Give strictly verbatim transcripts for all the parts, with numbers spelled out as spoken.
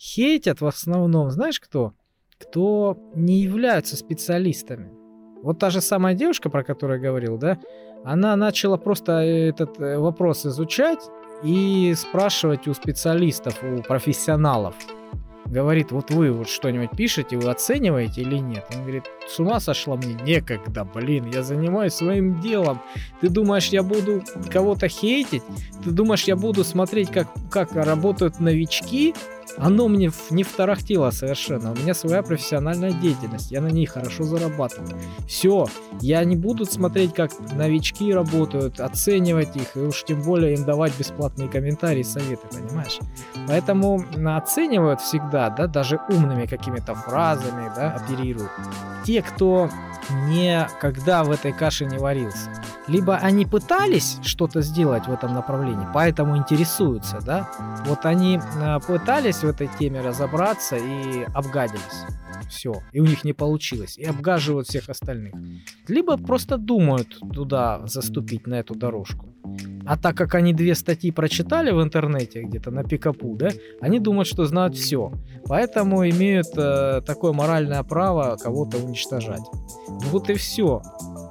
Хейтят в основном, знаешь кто? Кто не являются специалистами. Вот та же самая девушка, про которую я говорил, да, она начала просто этот вопрос изучать и спрашивать у специалистов, у профессионалов. Говорит, вот вы вот что-нибудь пишете, вы оцениваете или нет? Он говорит, с ума сошла, мне некогда, блин, я занимаюсь своим делом. Ты думаешь, я буду кого-то хейтить? Ты думаешь, я буду смотреть, как, как работают новички? Оно мне не второхтело совершенно. У меня своя профессиональная деятельность. Я на ней хорошо зарабатываю. Все. Я не буду смотреть, как новички работают, оценивать их, и уж тем более им давать бесплатные комментарии и советы, понимаешь? Поэтому оценивают всегда, да, даже умными какими-то фразами, да, оперируют. Те, кто никогда в этой каше не варился. Либо они пытались что-то сделать в этом направлении, поэтому интересуются, да? Вот они пытались в этой теме разобраться и обгадились. Все. И у них не получилось. И обгаживают всех остальных. Либо просто думают туда заступить, на эту дорожку. А так как они две статьи прочитали в интернете, где-то на Пикапу, да, они думают, что знают все. Поэтому имеют э, такое моральное право кого-то уничтожать. Вот и все.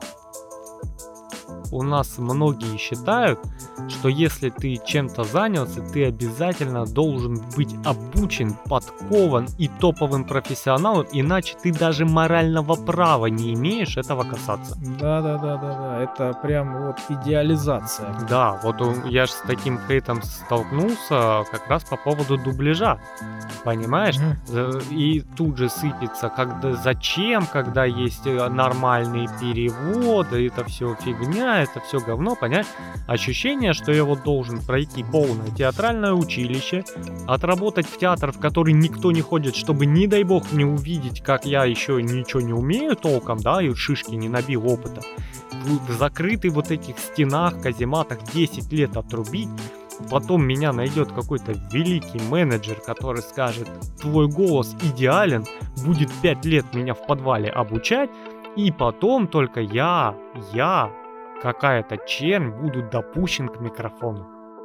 У нас многие считают, что если ты чем-то занялся, ты обязательно должен быть обучен, подкован и топовым профессионалом, иначе ты даже морального права не имеешь этого касаться. Да-да-да-да-да, это прям вот идеализация. Да, вот я же с таким хейтом столкнулся как раз по поводу дубляжа, понимаешь? Mm-hmm. И тут же сыпется, когда, зачем, когда есть нормальный перевод, это все фигня, это все говно, понимаешь? Ощущение, что я вот должен пройти полное театральное училище, отработать в театр, в который никто не ходит, чтобы, не дай бог, не увидеть, как я еще ничего не умею толком, да, и шишки не набил опыта. В закрытых вот этих стенах, казематах десять лет отрубить. Потом меня найдет какой-то великий менеджер, который скажет, твой голос идеален, будет пять лет меня в подвале обучать, и потом только я, я, какая-то чернь, буду допущен к микрофону.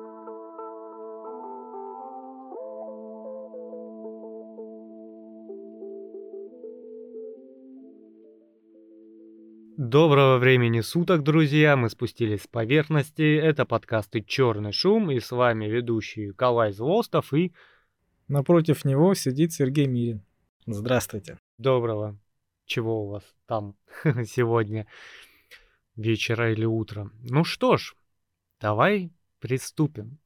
Доброго времени суток, друзья! Мы спустились с поверхности. Это подкасты «Черный шум», и с вами ведущий Калай Злостов и... Напротив него сидит Сергей Мирин. Здравствуйте. Доброго. Чего у вас там сегодня? Вечера или утро? Ну что ж, давай приступим.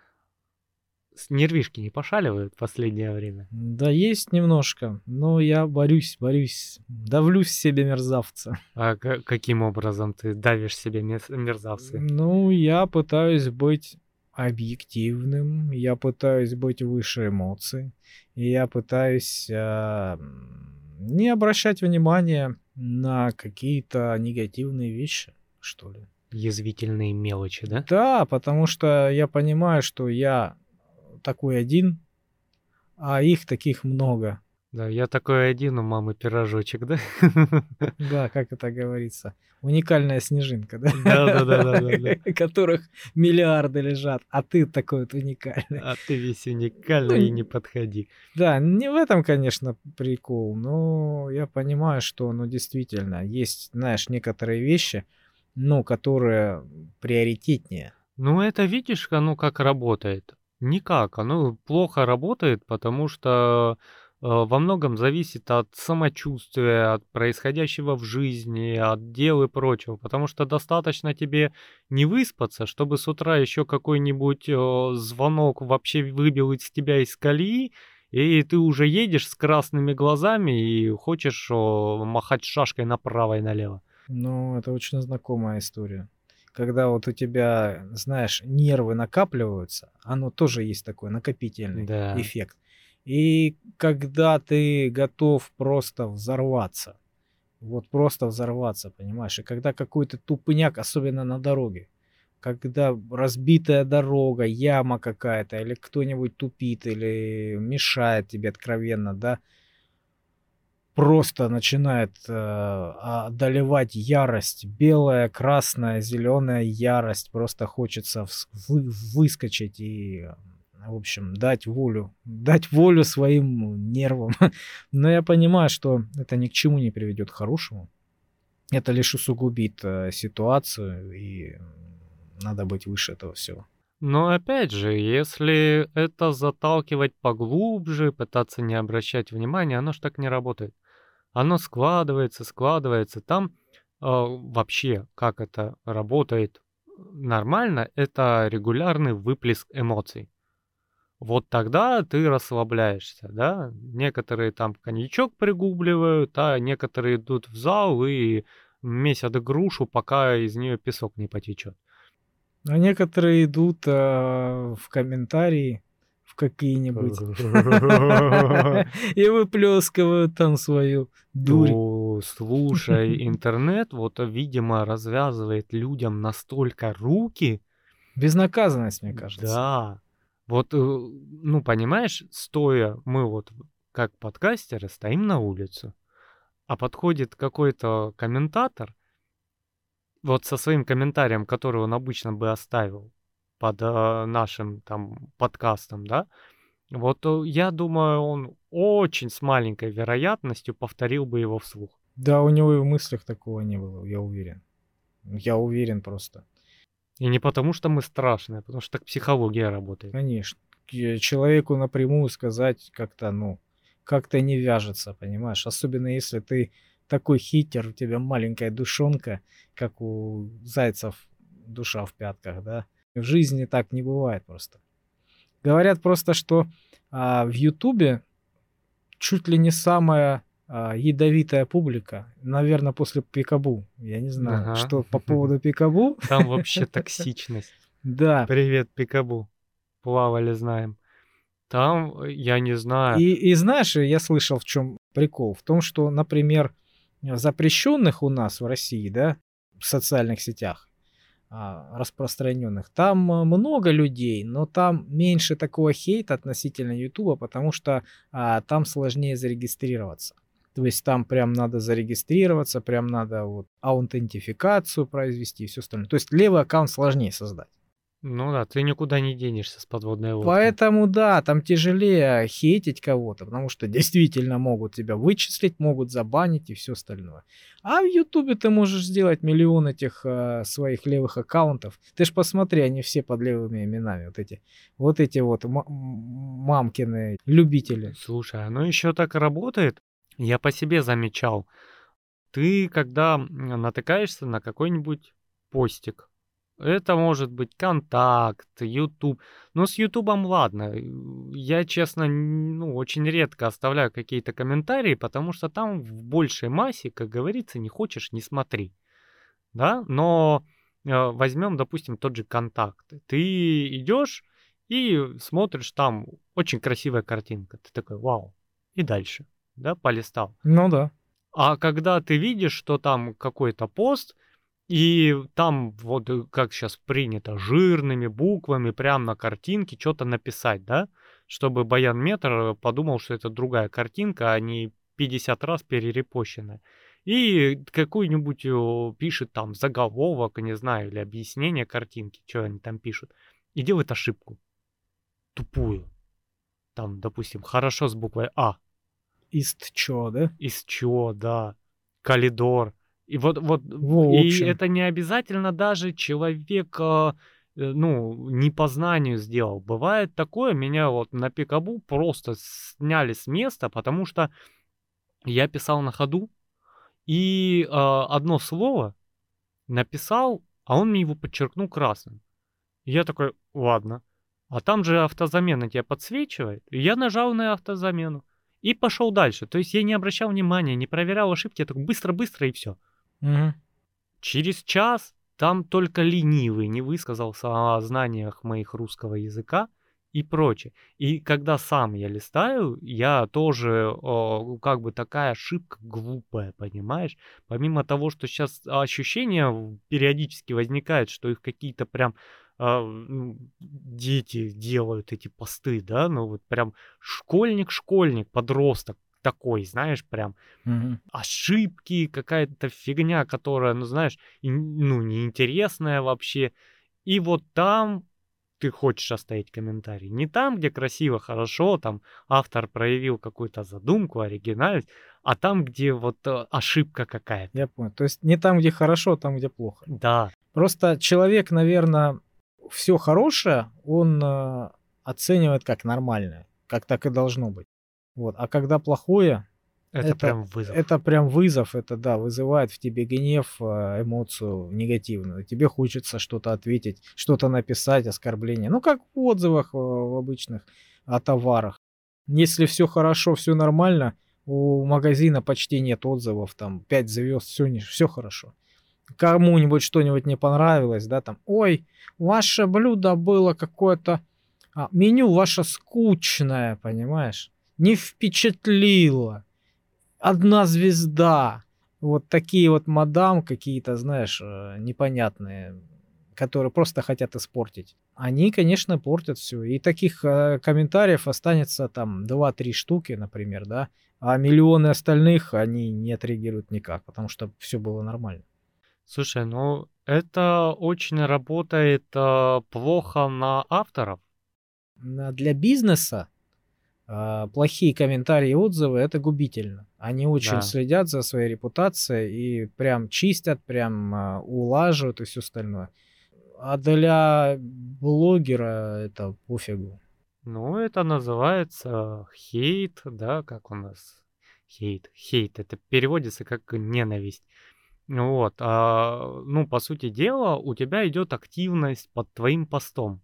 Нервишки не пошаливают в последнее время? Да есть немножко, но я борюсь, борюсь, давлю в себе мерзавца. А к- каким образом ты давишь себе мерзавцы? Ну, я пытаюсь быть объективным, я пытаюсь быть выше эмоций, и я пытаюсь э, не обращать внимания на какие-то негативные вещи, что ли. Язвительные мелочи, да? Да, потому что я понимаю, что я такой один, а их таких много. Да, я такой один, у мамы пирожочек, да? Да, как это говорится. Уникальная снежинка, да? Да-да-да. Которых миллиарды лежат, а ты такой вот уникальный. А ты весь уникальный и не подходи. Да, не в этом, конечно, прикол, но я понимаю, что, ну, действительно, есть, знаешь, некоторые вещи, ну, которые приоритетнее. Ну, это видишь, оно как работает? Никак, оно плохо работает, потому что э, во многом зависит от самочувствия, от происходящего в жизни, от дел и прочего. Потому что достаточно тебе не выспаться, чтобы с утра еще какой-нибудь э, звонок вообще выбил из тебя из колеи, и ты уже едешь с красными глазами и хочешь э, махать шашкой направо и налево. Ну, это очень знакомая история. Когда вот у тебя, знаешь, нервы накапливаются, оно тоже есть такой накопительный Да. эффект. И когда ты готов просто взорваться, вот просто взорваться, понимаешь, и когда какой-то тупняк, особенно на дороге, когда разбитая дорога, яма какая-то, или кто-нибудь тупит, или мешает тебе откровенно, да, просто начинает э, одолевать ярость, белая, красная, зеленая ярость, просто хочется вс- вы- выскочить и в общем, дать волю, дать волю своим нервам. Но я понимаю, что это ни к чему не приведет хорошему. Это лишь усугубит э, ситуацию, и надо быть выше этого всего. Но опять же, если это заталкивать поглубже, пытаться не обращать внимания, оно ж так не работает. Оно складывается, складывается. Там э, вообще, как это работает нормально, это регулярный выплеск эмоций. Вот тогда ты расслабляешься, да? Некоторые там коньячок пригубливают, а некоторые идут в зал и месят грушу, пока из нее песок не потечет. А некоторые идут а, в комментарии в какие-нибудь и выплескивают там свою дурь. То, слушай, интернет вот, видимо, развязывает людям настолько руки. Безнаказанность, мне кажется. Да. Вот, э, ну, понимаешь, стоя, мы вот как подкастеры стоим на улице, а подходит какой-то комментатор, вот со своим комментарием, который он обычно бы оставил под э, нашим там подкастом, да, вот э, я думаю, он очень с маленькой вероятностью повторил бы его вслух. Да, у него и в мыслях такого не было, я уверен. Я уверен просто. И не потому, что мы страшные, а потому что так психология работает. Конечно. К- Человеку напрямую сказать как-то, ну, как-то не вяжется, понимаешь? Особенно если ты такой хитер, у тебя маленькая душонка, как у зайцев душа в пятках, да? В жизни так не бывает просто. Говорят просто, что а, в Ютубе чуть ли не самая а, ядовитая публика, наверное, после Пикабу. Я не знаю, Ага. что по поводу Пикабу. Там вообще токсичность. Да. Привет, Пикабу. Плавали, знаем. Там, э, я не знаю. И, и знаешь, я слышал, в чем прикол? В том, что, например, запрещенных у нас в России, да, в социальных сетях а, распространенных, там а, много людей, но там меньше такого хейта относительно Ютуба, потому что а, там сложнее зарегистрироваться. То есть там прям надо зарегистрироваться, прям надо вот аутентификацию произвести и все остальное. То есть левый аккаунт сложнее создать. Ну да, ты никуда не денешься с подводной лодки. Поэтому да, там тяжелее хейтить кого-то, потому что действительно могут тебя вычислить, могут забанить и все остальное. А в Ютубе ты можешь сделать миллион этих э, своих левых аккаунтов. Ты ж посмотри, они все под левыми именами, вот эти, вот эти вот м- мамкины любители. Слушай, оно еще так работает. Я по себе замечал. Ты, когда м, натыкаешься на какой-нибудь постик, это может быть контакт, YouTube. Но с Ютубом ладно. э, Я, честно, н- ну, очень редко оставляю какие-то комментарии, потому что там в большей массе, как говорится, не хочешь, не смотри. Да? Но э, возьмем, допустим, тот же контакт. Ты идешь и смотришь, там очень красивая картинка. Ты такой, вау. И дальше, да, полистал. Ну да. А когда ты видишь, что там какой-то пост, и там вот э, как сейчас принято, жирными буквами прямо на картинке что-то написать, да, чтобы Баян Метр подумал, что это другая картинка, а не пятьдесят раз перерепощенная. И какую-нибудь э, пишет там заголовок, не знаю, или объяснение картинки, что они там пишут, и делает ошибку тупую. Там, допустим, хорошо с буквой А. Ист чё, да? Из чего, да. Калидор. И вот, вот, Во, в и общем. это не обязательно даже человек, а, э, ну, не по знанию сделал. Бывает такое, меня вот на Пикабу просто сняли с места, потому что я писал на ходу, и а, одно слово написал, а он мне его подчеркнул красным. И я такой, ладно. А там же автозамена тебя подсвечивает. И я нажал на автозамену. И пошел дальше. То есть я не обращал внимания, не проверял ошибки. Я так быстро-быстро и все. Мгм. Через час там только ленивый не высказался о знаниях моих русского языка и прочее. И когда сам я листаю, я тоже, о, как бы такая ошибка глупая, понимаешь? Помимо того, что сейчас ощущение в- периодически возникает, что их какие-то прям а, ну, дети делают эти посты, да, ну вот прям школьник-школьник, подросток такой, знаешь, прям Мгм. ошибки, какая-то фигня, которая, ну, знаешь, и, ну, неинтересная вообще. И вот там ты ты хочешь оставить комментарий. Не там, где красиво, хорошо, там автор проявил какую-то задумку, оригинальность, а там, где вот э, ошибка какая-то. Я понял. То есть не там, где хорошо, а там, где плохо. Да. Просто человек, наверное, все хорошее, он э, оценивает как нормальное, как так и должно быть. Вот. А когда плохое, Это, это, прям вызов. это прям вызов, это да, вызывает в тебе гнев, э, эмоцию негативную. Тебе хочется что-то ответить, что-то написать, оскорбление. Ну, как в отзывах э, в обычных о товарах. Если все хорошо, все нормально, у магазина почти нет отзывов, там пять звезд, все, не, все хорошо. Кому-нибудь что-нибудь не понравилось, да, там, ой, ваше блюдо было какое-то, а, меню ваше скучное, понимаешь, не впечатлило, одна звезда. Вот такие вот мадам какие-то, знаешь, э, непонятные, которые просто хотят испортить. Они, конечно, портят все. И таких э, комментариев останется там два-три штуки, например, да, а миллионы остальных они не отреагируют никак, потому что все было нормально. Слушай, ну это очень работает э, плохо на авторов. На- Для бизнеса а, плохие комментарии и отзывы это губительно. Они очень Да. следят за своей репутацией и прям чистят, прям а, улаживают и все остальное. А для блогера это пофигу. Ну, это называется хейт, да, как у нас хейт. Хейт, это переводится как ненависть. Ну Вот, а, ну, по сути дела, у тебя идет активность под твоим постом.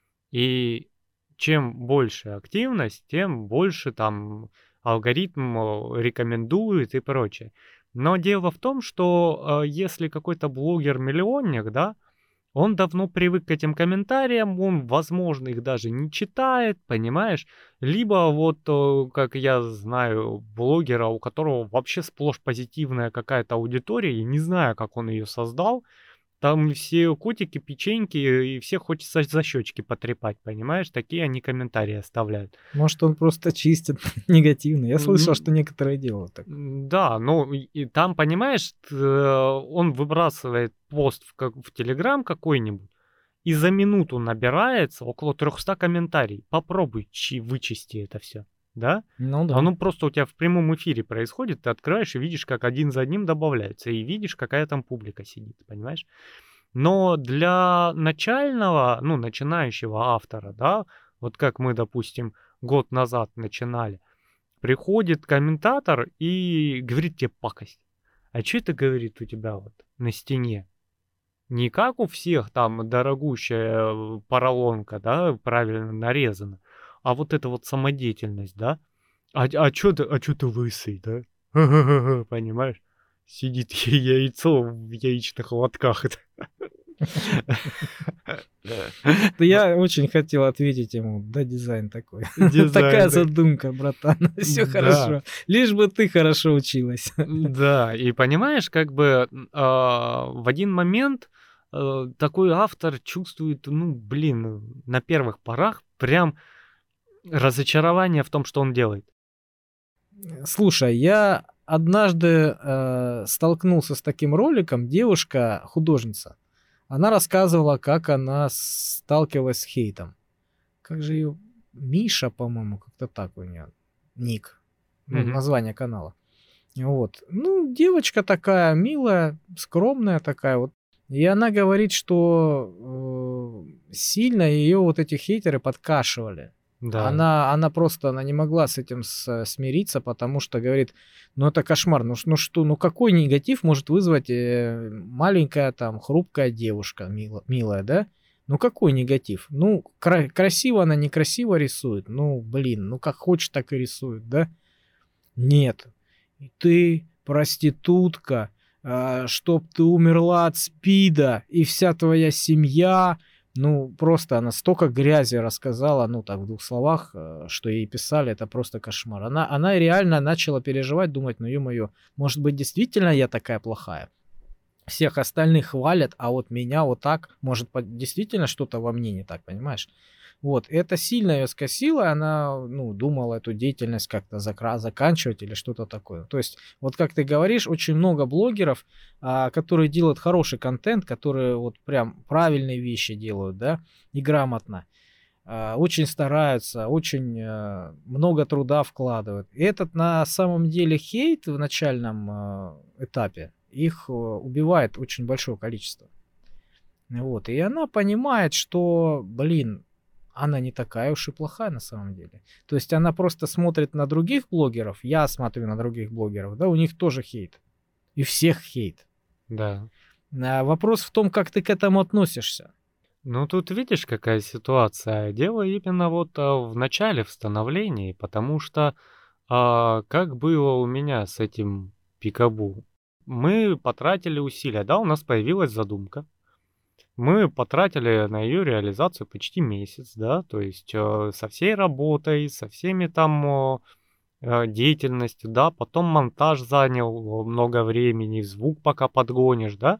И чем больше активность, тем больше там алгоритм э, рекомендует и прочее. Но дело в том, что э, если какой-то блогер-миллионник, да, он давно привык к этим комментариям, он, возможно, их даже не читает, понимаешь? Либо вот, э, как я знаю, блогера, у которого вообще сплошь позитивная какая-то аудитория, и не знаю, как он ее создал. Там все котики, печеньки, и всех хочется за щечки потрепать, понимаешь? Такие они комментарии оставляют. Может, он просто чистит негативно. Я слышал, М, что некоторые делают так. м, Да, ну и и там, понимаешь, т- э, он выбрасывает пост в, как- в Телеграм какой-нибудь, и за минуту набирается около трехсот комментариев. Попробуй чи- вычисти это все, да? Ну да. Оно просто у тебя в прямом эфире происходит, ты открываешь и видишь, как один за одним добавляются, и видишь, какая там публика сидит, понимаешь? Но для начального, ну, начинающего автора, да, вот как мы, допустим, год назад начинали, приходит комментатор и говорит тебе пакость. А что это говорит у тебя вот на стене? Не как у всех там дорогущая э, поролонка, да, правильно нарезана, а вот эта вот самодеятельность, да? А, а чё ты, а чё ты лысый, да? Понимаешь? Сидит яйцо в яичных лотках. Да я очень хотел ответить ему, да, дизайн такой. Дизайн, Такая да. задумка, братан. Все Да. хорошо. Лишь бы ты хорошо училась. Да, и понимаешь, как бы м, а, в один момент э, такой автор чувствует, ну, блин, на первых порах прям разочарование в том, что он делает. Слушай, я однажды э, столкнулся с таким роликом. Девушка, художница, она рассказывала, как она сталкивалась с хейтом. Как же ее... Миша, по-моему, как-то так у нее ник. Ну, Мгм. название канала. Вот. Ну, девочка такая милая, скромная такая вот. И она говорит, что э, сильно ее вот эти хейтеры подкашивали. Да. Она, она просто она не могла с этим с- смириться, потому что говорит, ну это кошмар, ну, ш- ну что, ну какой негатив может вызвать э, маленькая там хрупкая девушка, мило- милая, да? Ну какой негатив? Ну кра- красиво она некрасиво рисует, ну блин, ну как хочет так и рисует, да? Нет, ты проститутка, а, чтоб ты умерла от СПИДа, и вся твоя семья. Ну, просто она столько грязи рассказала, ну, так, в двух словах, э, что ей писали, это просто кошмар. Она, она реально начала переживать, думать, ну, ё-моё, может быть, действительно я такая плохая? Всех остальных хвалят, а вот меня вот так, может, по- действительно что-то во мне не так, понимаешь? Вот, это сильно ее скосило, она, ну, думала эту деятельность как-то закра- заканчивать или что-то такое. То есть, вот как ты говоришь, очень много блогеров, а, которые делают хороший контент, которые вот прям правильные вещи делают, да, и грамотно. А, очень стараются, очень а, много труда вкладывают. И этот на самом деле хейт в начальном а, этапе их а, убивает очень большое количество. Вот. И она понимает, что, блин, она не такая уж и плохая на самом деле. То есть она просто смотрит на других блогеров, я смотрю на других блогеров, да, у них тоже хейт. И всех хейт. Да. А вопрос в том, как ты к этому относишься. Ну, тут видишь, какая ситуация. Дело именно вот а, в начале, в становлении, потому что а, как было у меня с этим Пикабу. Мы потратили усилия, да, у нас появилась задумка. Мы потратили на ее реализацию почти месяц, да, то есть э, со всей работой, со всеми там э, э, деятельностью, да, потом монтаж занял много времени, звук пока подгонишь, да,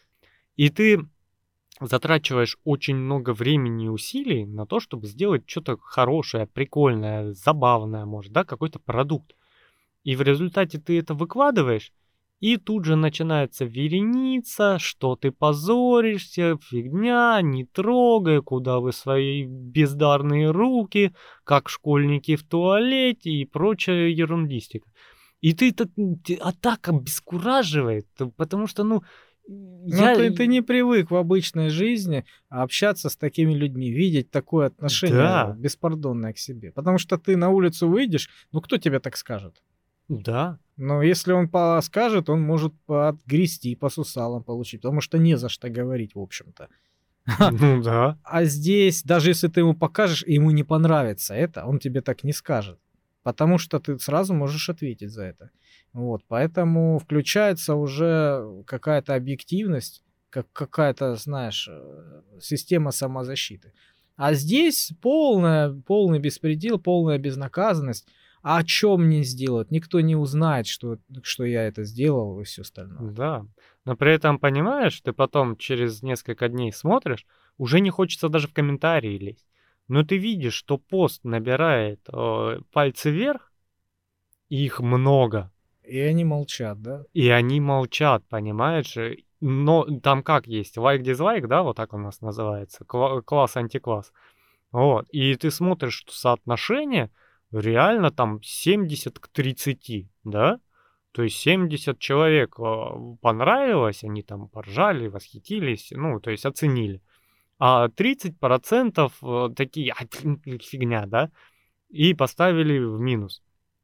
и ты затрачиваешь очень много времени и усилий на то, чтобы сделать что-то хорошее, прикольное, забавное, может, да, какой-то продукт. И в результате ты это выкладываешь, и тут же начинается вереница, что ты позоришься, фигня, не трогай, куда вы свои бездарные руки, как школьники в туалете и прочая ерундистика. И ты так, те- а так обескураживает, т- потому что, ну, Но я... ты, ты не привык в обычной жизни общаться с такими людьми, видеть такое отношение Да, беспардонное к себе. Потому что ты на улицу выйдешь, ну кто тебе так скажет? да, Но если он по- скажет, он может отгрести, по сусалам получить, потому что не за что говорить, в общем-то. ну да, А здесь, даже если ты ему покажешь, и ему не понравится это, он тебе так не скажет. Потому что ты сразу можешь ответить за это. Вот, поэтому включается уже какая-то объективность, как какая-то, знаешь, э, система самозащиты. А здесь полная, полный беспредел, полная безнаказанность. А о чем мне сделать? Никто не узнает, что, что я это сделал и все остальное. да. Но при этом, понимаешь, ты потом через несколько дней смотришь, уже не хочется даже в комментарии лезть. Но ты видишь, что пост набирает э, пальцы вверх, и их много, И они молчат, да? и они молчат, понимаешь? э, Но там как есть, лайк-дизлайк, да, вот так у нас называется, кла- класс-антикласс. Вот, и ты смотришь, что соотношение реально там семьдесят к тридцати, да? То есть семьдесят человек а, понравилось, они там поржали, восхитились, ну, то есть оценили. А тридцать процентов э, такие, «А, фигня, да? И поставили в минус.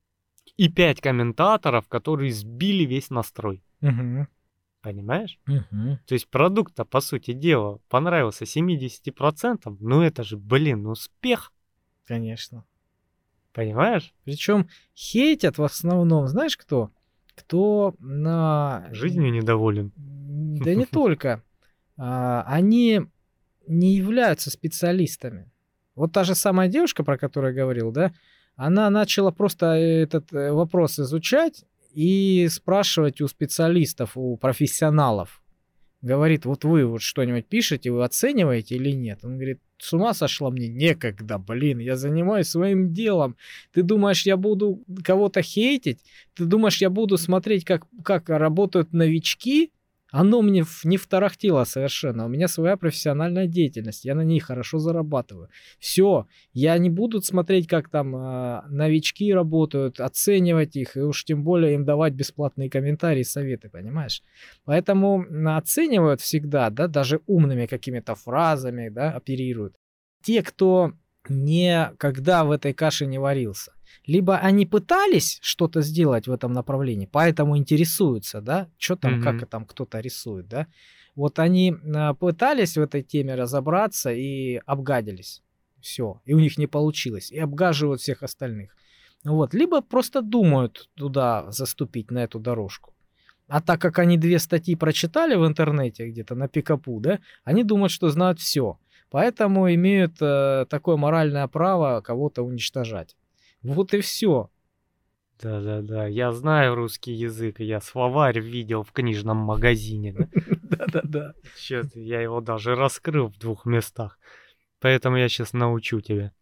И пять комментаторов, которые сбили весь настрой. Мгм. Понимаешь? Мгм. То есть продукт-то, по сути дела, понравился семидесяти процентам. Ну это же, блин, успех. Конечно. Понимаешь? Причем хейтят в основном, знаешь кто? Кто на... Жизнью недоволен. м, Да не только. А, они не являются специалистами. Вот та же самая девушка, про которую я говорил, да, она начала просто этот э, вопрос изучать и спрашивать у специалистов, у профессионалов. Говорит, вот вы вот что-нибудь пишете, вы оцениваете или нет? Он говорит, с ума сошла, мне некогда, блин, я занимаюсь своим делом. Ты думаешь, я буду кого-то хейтить? Ты думаешь, я буду смотреть, как, как работают новички? Оно мне в- не второхтело совершенно. У меня своя профессиональная деятельность. Я на ней хорошо зарабатываю. Все. Я не буду смотреть, как там а, новички работают, оценивать их, и уж тем более им давать бесплатные комментарии, советы, понимаешь? Поэтому м, оценивают всегда, да, даже умными какими-то фразами, да, оперируют. Те, кто никогда в этой каше не варился. Либо они пытались что-то сделать в этом направлении, поэтому интересуются, да, что там, как Мгм. там кто-то рисует, да. Вот они а, пытались в этой теме разобраться и обгадились. Все. И у них не получилось. И обгаживают всех остальных. Вот. Либо просто думают туда заступить, на эту дорожку. А так как они две статьи прочитали в интернете где-то на Пикапу, да, они думают, что знают все. Поэтому имеют э, такое моральное право кого-то уничтожать. Вот и все. Да-да-да, я знаю русский язык, я словарь видел в книжном магазине, да? Да-да-да. Чё-то я его даже раскрыл в двух местах. Поэтому я сейчас научу тебя.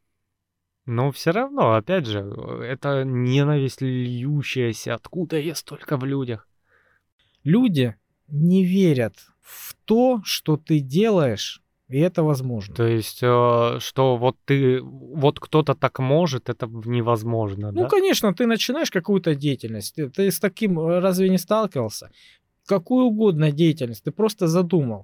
Но все равно, опять же, э, это ненависть льющаяся. Откуда я столько в людях? Люди не верят в то, что ты делаешь, и это возможно. То есть, э, что вот ты, вот кто-то так может, это в- невозможно, Ну, да? конечно, ты начинаешь какую-то деятельность. Ты, ты с таким э, разве не сталкивался? Какую угодно деятельность, ты просто задумал.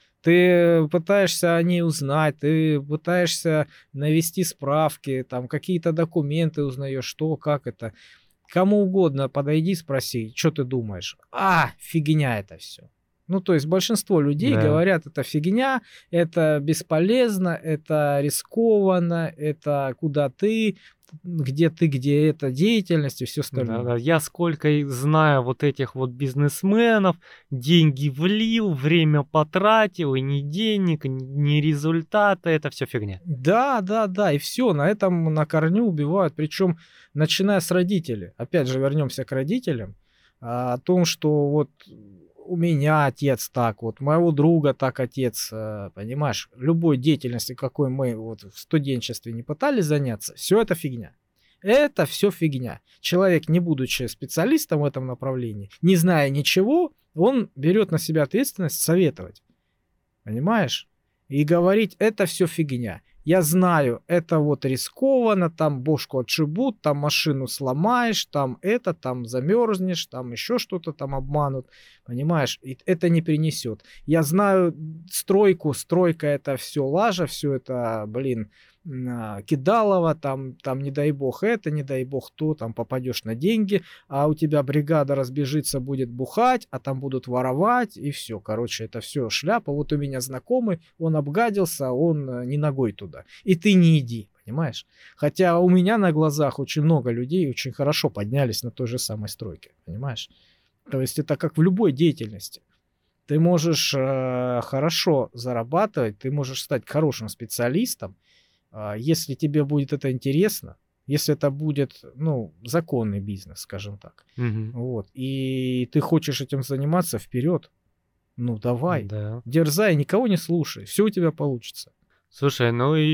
Ты пытаешься о ней узнать, ты пытаешься навести справки, там какие-то документы узнаешь, что, как это. Кому угодно подойди, спроси, что ты думаешь. А, фигня это все. Ну, то есть большинство людей Да. говорят, это фигня, это бесполезно, это рискованно, это куда ты, где ты, где эта деятельность и все остальное. Да-да, я сколько и знаю вот этих вот бизнесменов, деньги влил, время потратил, и ни денег, ни ни результата, это все фигня. Да, да, да, и все, на этом на корню убивают, причем начиная с родителей. Опять же, вернемся к родителям, а, о том, что вот у меня отец так, вот моего друга так отец, э, понимаешь, любой деятельности, какой мы вот в студенчестве не пытались заняться, все это фигня. Это все фигня. Человек, не будучи специалистом в этом направлении, не зная ничего, он берет на себя ответственность советовать. Понимаешь? И говорить, это все фигня. Я знаю, это вот рискованно, там бошку отшибут, там машину сломаешь, там это, там замерзнешь, там еще что-то там обманут. Понимаешь? И это не принесет. Я знаю стройку, стройка это все лажа, все это, блин, м, а, кидалово, там, там не дай бог это, не дай бог то, там попадешь на деньги, а у тебя бригада разбежится, будет бухать, а там будут воровать, и все. Короче, это все шляпа. Вот у меня знакомый, он обгадился, он э, не ногой туда. И ты не иди, понимаешь? Хотя у меня на глазах очень много людей очень хорошо поднялись на той же самой стройке, понимаешь? То есть это как в любой деятельности. Ты можешь э, хорошо зарабатывать, ты можешь стать хорошим специалистом, а, если тебе будет это интересно, если это будет, ну, законный бизнес, скажем так. Мгм. Вот. И ты хочешь этим заниматься, вперед. Ну, давай. Да. Дерзай, никого не слушай. Все у тебя получится. Слушай, ну и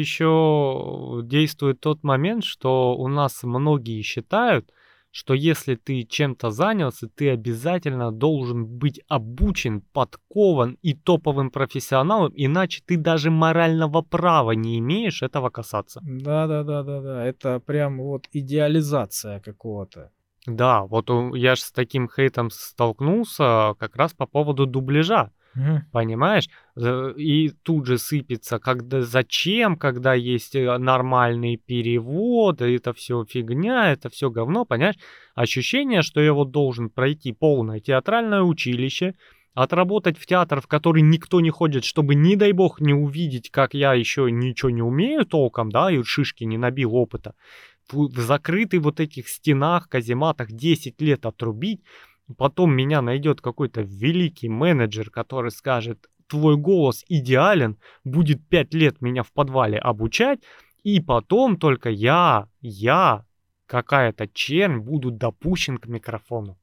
еще действует тот момент, что у нас многие считают, что если ты чем-то занялся, ты обязательно должен быть обучен, подкован и топовым профессионалом, иначе ты даже морального права не имеешь этого касаться. Да-да-да-да-да. Это прям вот идеализация какого-то. Да, вот у- я же с таким хейтом столкнулся как раз по поводу дубляжа. Мгм. Понимаешь? Э, И тут же сыпется, когда зачем, когда есть э, нормальный перевод, это все фигня, это все говно, понимаешь? Ощущение, что я вот должен пройти полное театральное училище, отработать в театр, в который никто не ходит, чтобы, не дай бог, не увидеть, как я еще ничего не умею толком, да, и шишки не набил опыта. В, в закрытых вот этих стенах, казематах десять лет отрубить, потом меня найдет какой-то великий менеджер, который скажет, твой голос идеален, будет пять лет меня в подвале обучать, и потом только я, я, какая-то чернь, буду допущен к микрофону.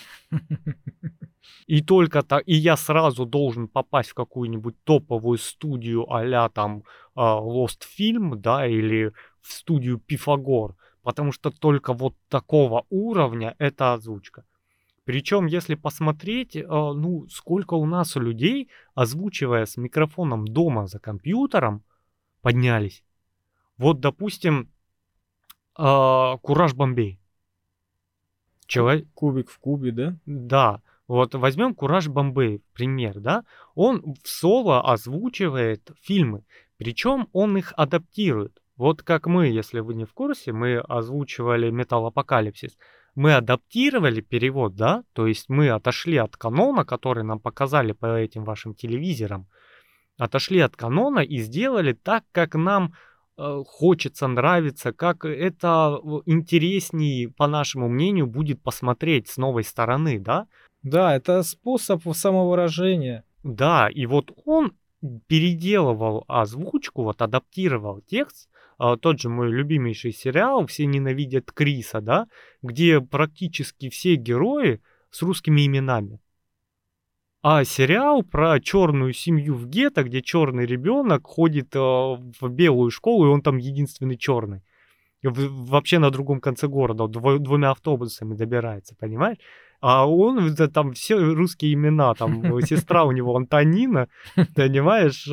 И только так, и я сразу должен попасть в какую-нибудь топовую студию а-ля там а, Lost Film, да, или в студию Пифагор, потому что только вот такого уровня это озвучка. Причем, если посмотреть, э, ну, сколько у нас людей, озвучивая с микрофоном дома за компьютером, поднялись. Вот, допустим, э, Кураж Бомбей. Ку- Человек, Кубик в кубе, да? да, вот возьмем Кураж Бомбей, пример, да, он в соло озвучивает фильмы, причем он их адаптирует. Вот как мы, если вы не в курсе, мы озвучивали Металл Апокалипсис. Мы адаптировали перевод, да, то есть мы отошли от канона, который нам показали по этим вашим телевизорам, отошли от канона и сделали так, как нам э, хочется, нравится, как это э, интересней, по нашему мнению, будет посмотреть с новой стороны, да. Да, это способ самовыражения. Да, и вот он переделывал озвучку, вот адаптировал текст. А, тот же мой любимейший сериал «Все ненавидят Криса», да, где практически все герои с русскими именами. А сериал про черную семью в гетто, где черный ребенок ходит э, в белую школу, и он там единственный черный. В- вообще на другом конце города, дво- двумя автобусами добирается, понимаешь? А он, это там все русские имена, там э, сестра у него Антонина, понимаешь?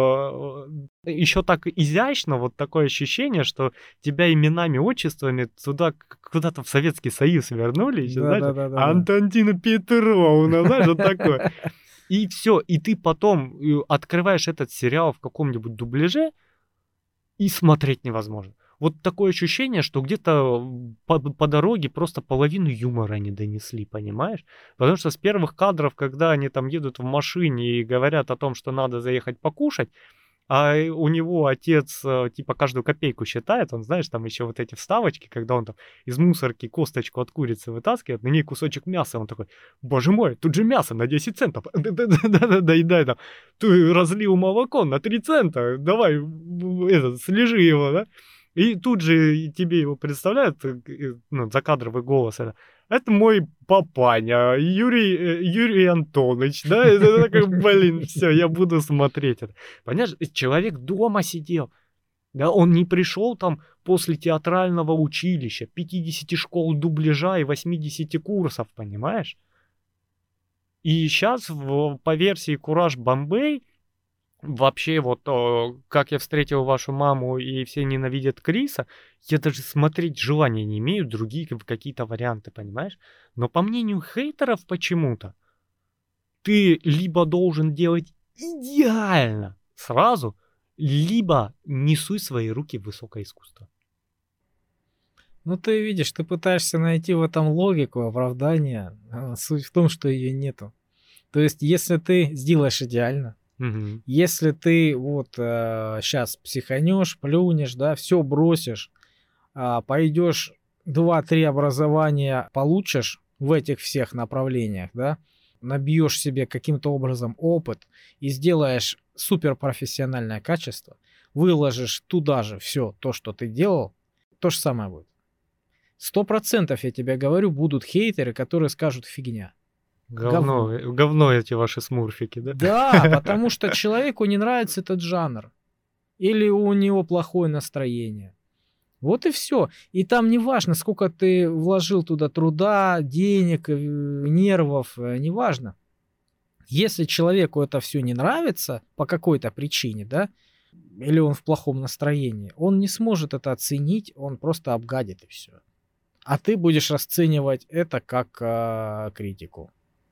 Еще так изящно, вот такое ощущение, что тебя именами, отчествами туда, к- куда-то в Советский Союз вернули, еще, знаешь, Да-да-да-да-да. Антонина Петровна, знаешь, вот такое. И все, и ты потом э, открываешь этот сериал в каком-нибудь дубляже, и смотреть невозможно. Вот такое ощущение, что где-то м, по, по дороге просто половину юмора не донесли, понимаешь? Потому что с первых кадров, когда они там едут в машине и говорят о том, что надо заехать покушать, а э, у него отец э, типа каждую копейку считает, он, знаешь, там еще вот эти вставочки, когда он там из мусорки косточку от курицы вытаскивает, на ней кусочек мяса, он такой, боже мой, тут же мясо на десять центов, да-да-да, доедай там, ты разлил молоко на три цента, давай, в- это, слежи его, да? И тут же тебе его представляют, э, э, ну, закадровый голос, это, это мой папаня, Юрий, э, Юрий Антонович, да, это такой, блин, все, я буду смотреть это. Понимаешь, э, человек дома сидел, да, он не пришел там после театрального училища, пятидесяти школ дубляжа и восьмидесяти курсов, понимаешь? И сейчас по версии Кураж Бомбей вообще вот э, как я встретил вашу маму и все ненавидят Криса, я даже смотреть желания не имею, другие как- какие-то варианты, понимаешь? Но по мнению хейтеров почему-то, ты либо должен делать идеально сразу, либо не суй свои руки в высокое искусство. Ну, ты видишь, ты пытаешься найти в этом логику, оправдание. А суть в том, что ее нету. То есть, если ты сделаешь идеально, Мгм. если ты вот сейчас психанешь, плюнешь, да, все бросишь, а, пойдешь два-три образования получишь в этих всех направлениях, да, набьешь себе каким-то образом опыт и сделаешь суперпрофессиональное качество, выложишь туда же все то, что ты делал, то же самое будет. Сто процентов я тебе говорю, будут хейтеры, которые скажут фигня, Говно, говно. э, говно эти ваши смурфики, да? Да, потому что человеку не нравится этот жанр. Или у него плохое настроение. Вот и все. И там не важно, сколько ты вложил туда труда, денег, э, нервов, э, неважно. Если человеку это все не нравится по какой-то причине, да, или он в плохом настроении, он не сможет это оценить, он просто обгадит и все. А ты будешь расценивать это как а, критику.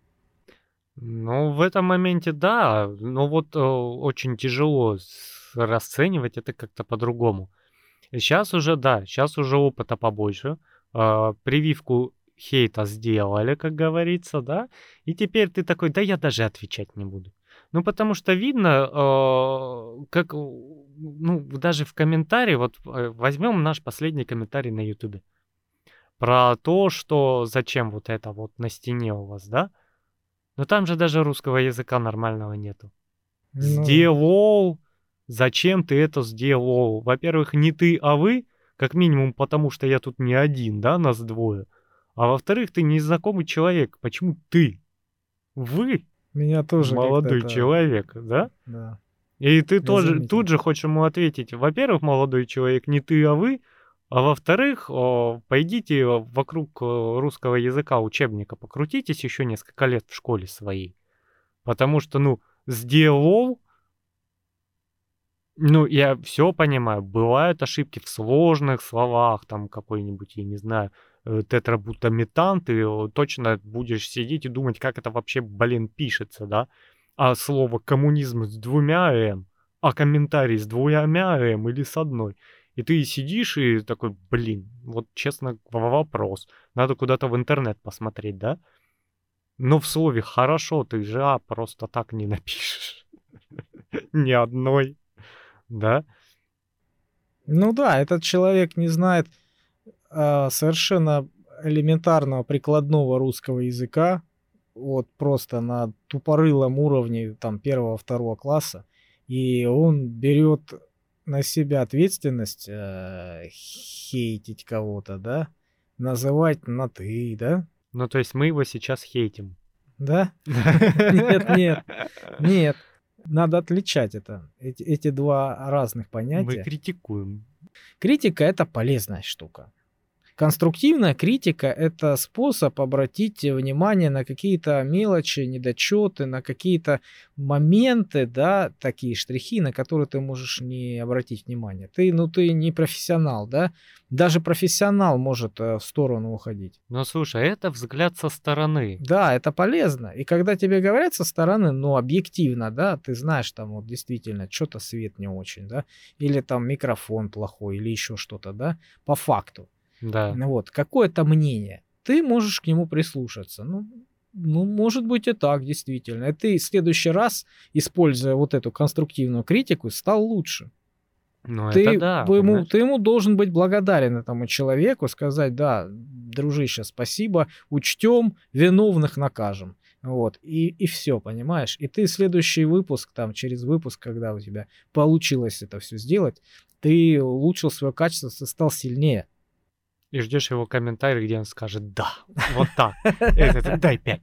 Ну, в этом моменте да, но вот э, очень тяжело с- расценивать это как-то по-другому. Сейчас уже, да, сейчас уже опыта побольше. а, Прививку хейта сделали, как говорится, да. И теперь ты такой, да я даже отвечать не буду. Ну, потому что видно, э, как, у- ну, даже в комментарии, вот э, возьмем наш последний комментарий на Ютубе. Про то, что зачем вот это вот на стене у вас, да? Но там же даже русского языка нормального нету. Ну, Сделал. Зачем ты это сделал? Во-первых, не ты, а вы. Как минимум, потому что я тут не один, да, нас двое. А во-вторых, ты незнакомый человек. Почему ты? Вы меня тоже как-то молодой это, человек, да? да, И ты я тоже заметил. тут же хочешь ему ответить. Во-первых, молодой человек, не ты, а вы. А во-вторых, о, пойдите вокруг э, русского языка учебника, покрутитесь еще несколько лет в школе своей. Потому что, ну, сделал. Ну, я все понимаю. Бывают ошибки в сложных словах, там какой-нибудь, я не знаю, э, тетрабутаметан, ты э, точно будешь сидеть и думать, как это вообще, блин, пишется, да? А слово коммунизм с двумя «м», а комментарий с двумя «м» или с одной. И ты сидишь и такой, блин, вот честно, в вопрос. Надо куда-то в интернет посмотреть, да? Но в слове «хорошо» ты же «а» просто так не напишешь. Ни одной, да? Ну да, этот человек не знает а, совершенно элементарного прикладного русского языка, вот просто на тупорылом уровне там первого-второго класса, и он берет на себя ответственность э, хейтить кого-то, да, называть на ты, да? Ну, то есть мы его сейчас хейтим. Да? Нет, нет, нет. Надо отличать это. Эти, эти два разных Мы понятия. критикуем. Критика — это полезная штука. Конструктивная критика — это способ обратить внимание на какие-то мелочи, недочеты, на какие-то моменты, да, такие штрихи, на которые ты можешь не обратить внимания. Ты, ну, ты не профессионал, да? Даже профессионал может э, в сторону уходить. Но слушай, это взгляд со стороны. Да, это полезно. И когда тебе говорят со стороны, ну, объективно, да, ты знаешь, там вот действительно что-то свет не очень, да, или там микрофон плохой, или еще что-то, да, по факту. Да. Ну вот, какое-то мнение. Ты можешь к нему прислушаться. Ну, ну, может быть и так, действительно. И ты в следующий раз, используя вот эту конструктивную критику, стал лучше. Ну, это Ты, да, ему, понимаешь? ты ему должен быть благодарен этому человеку, сказать, да, дружище, спасибо, учтем, виновных накажем. Вот, и, и все, понимаешь? И ты следующий выпуск, там, через выпуск, когда у тебя получилось это все сделать, ты улучшил свое качество, ты стал сильнее. И ждешь его комментарий, где он скажет «да». Вот так. Это дай пять.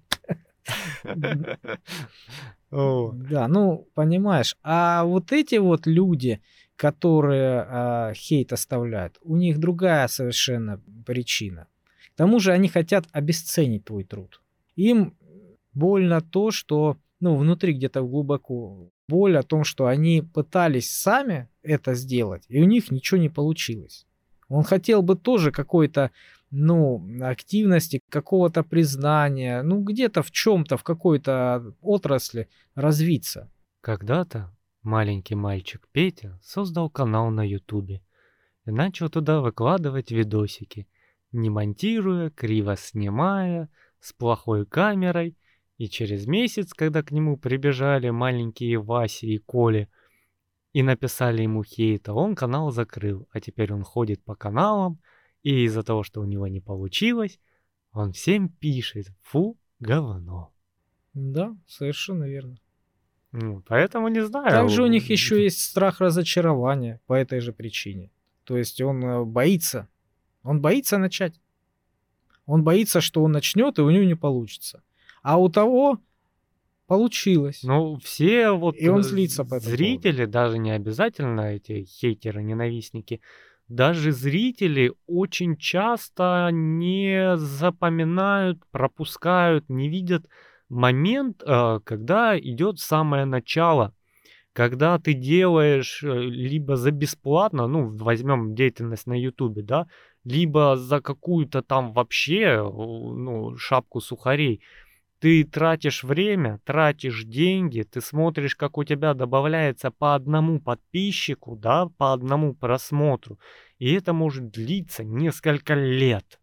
О, Да, ну, понимаешь, а вот эти вот люди, которые а, хейт оставляют, у них другая совершенно причина. К тому же они хотят обесценить твой труд. Им больно то, что, ну, внутри где-то глубоко, боль о том, что они пытались сами это сделать, и у них ничего не получилось. Он хотел бы тоже какой-то, ну, активности, какого-то признания, ну, где-то в чем-то, в какой-то отрасли развиться. Когда-то маленький мальчик Петя создал канал на Ютубе и начал туда выкладывать видосики, не монтируя, криво снимая, с плохой камерой, и через месяц, когда к нему прибежали маленькие Васи и Коли и написали ему хейта, он канал закрыл, а теперь он ходит по каналам, и из-за того, что у него не получилось, он всем пишет «фу, говно». Да, совершенно верно. Ну, поэтому не Также у знаю. них еще есть страх разочарования по этой же причине. То есть он э, боится, он боится начать. Он боится, что он начнет, и у него не получится. А у того получилось. Ну, все вот И он э, злится по этому поводу. зрители, даже не обязательно эти хейтеры, ненавистники, даже зрители очень часто не запоминают, пропускают, не видят момент, э, когда идет самое начало. Когда ты делаешь э, либо за бесплатно, ну, возьмем деятельность на Ютубе, да, либо за какую-то там вообще, э, ну, шапку сухарей, ты тратишь время, тратишь деньги, ты смотришь, как у тебя добавляется по одному подписчику, да, по одному просмотру, и это может длиться несколько лет.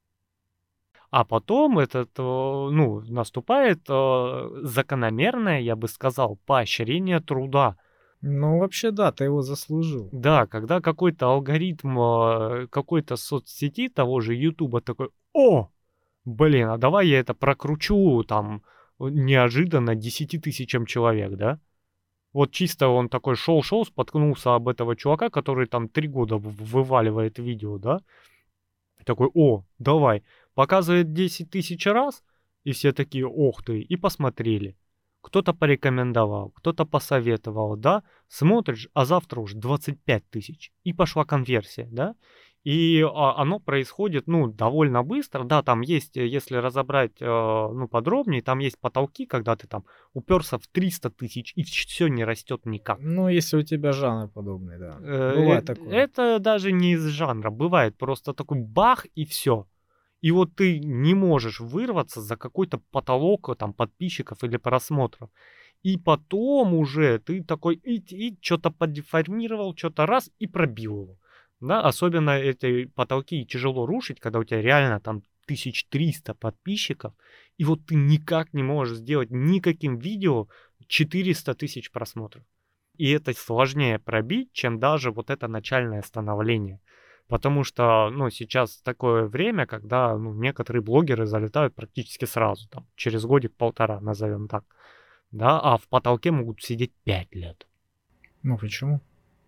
А потом этот, э, ну, наступает э, закономерное, я бы сказал, поощрение труда. Ну, вообще, да, ты его заслужил. Да, когда какой-то алгоритм э, какой-то соцсети, того же Ютуба такой, о, блин, а давай я это прокручу там э, неожиданно десяти тысячам человек, да? Вот чисто он такой шел-шел, споткнулся об этого чувака, который там три года в- вываливает видео, да? Такой, о, давай, показывает десять тысяч раз, и все такие, ох ты, и посмотрели. Кто-то порекомендовал, кто-то посоветовал, да, смотришь, а завтра уже двадцать пять тысяч, и пошла конверсия, да, и а, оно происходит, ну, довольно быстро, да, там есть, э, если разобрать, э, ну, подробнее, там есть потолки, когда ты там уперся в триста тысяч, и все не растет никак. Ну, если у тебя жанр подобный, да. Э, Бывает э, такое. Это даже не из жанра, бывает просто такой бах и все. И вот ты не можешь вырваться за какой-то потолок э, там подписчиков или просмотров. И потом уже ты такой и, и что-то поддеформировал, что-то раз и пробил его. Да, особенно эти потолки тяжело рушить, когда у тебя реально там тысяча триста подписчиков, и вот ты никак не можешь сделать никаким видео четыреста тысяч просмотров. И это сложнее пробить, чем даже вот это начальное становление. Потому что, ну, сейчас такое время, когда, ну, некоторые блогеры залетают практически сразу, там, через годик-полтора, назовем так, да, а в потолке могут сидеть пять лет. Ну, почему?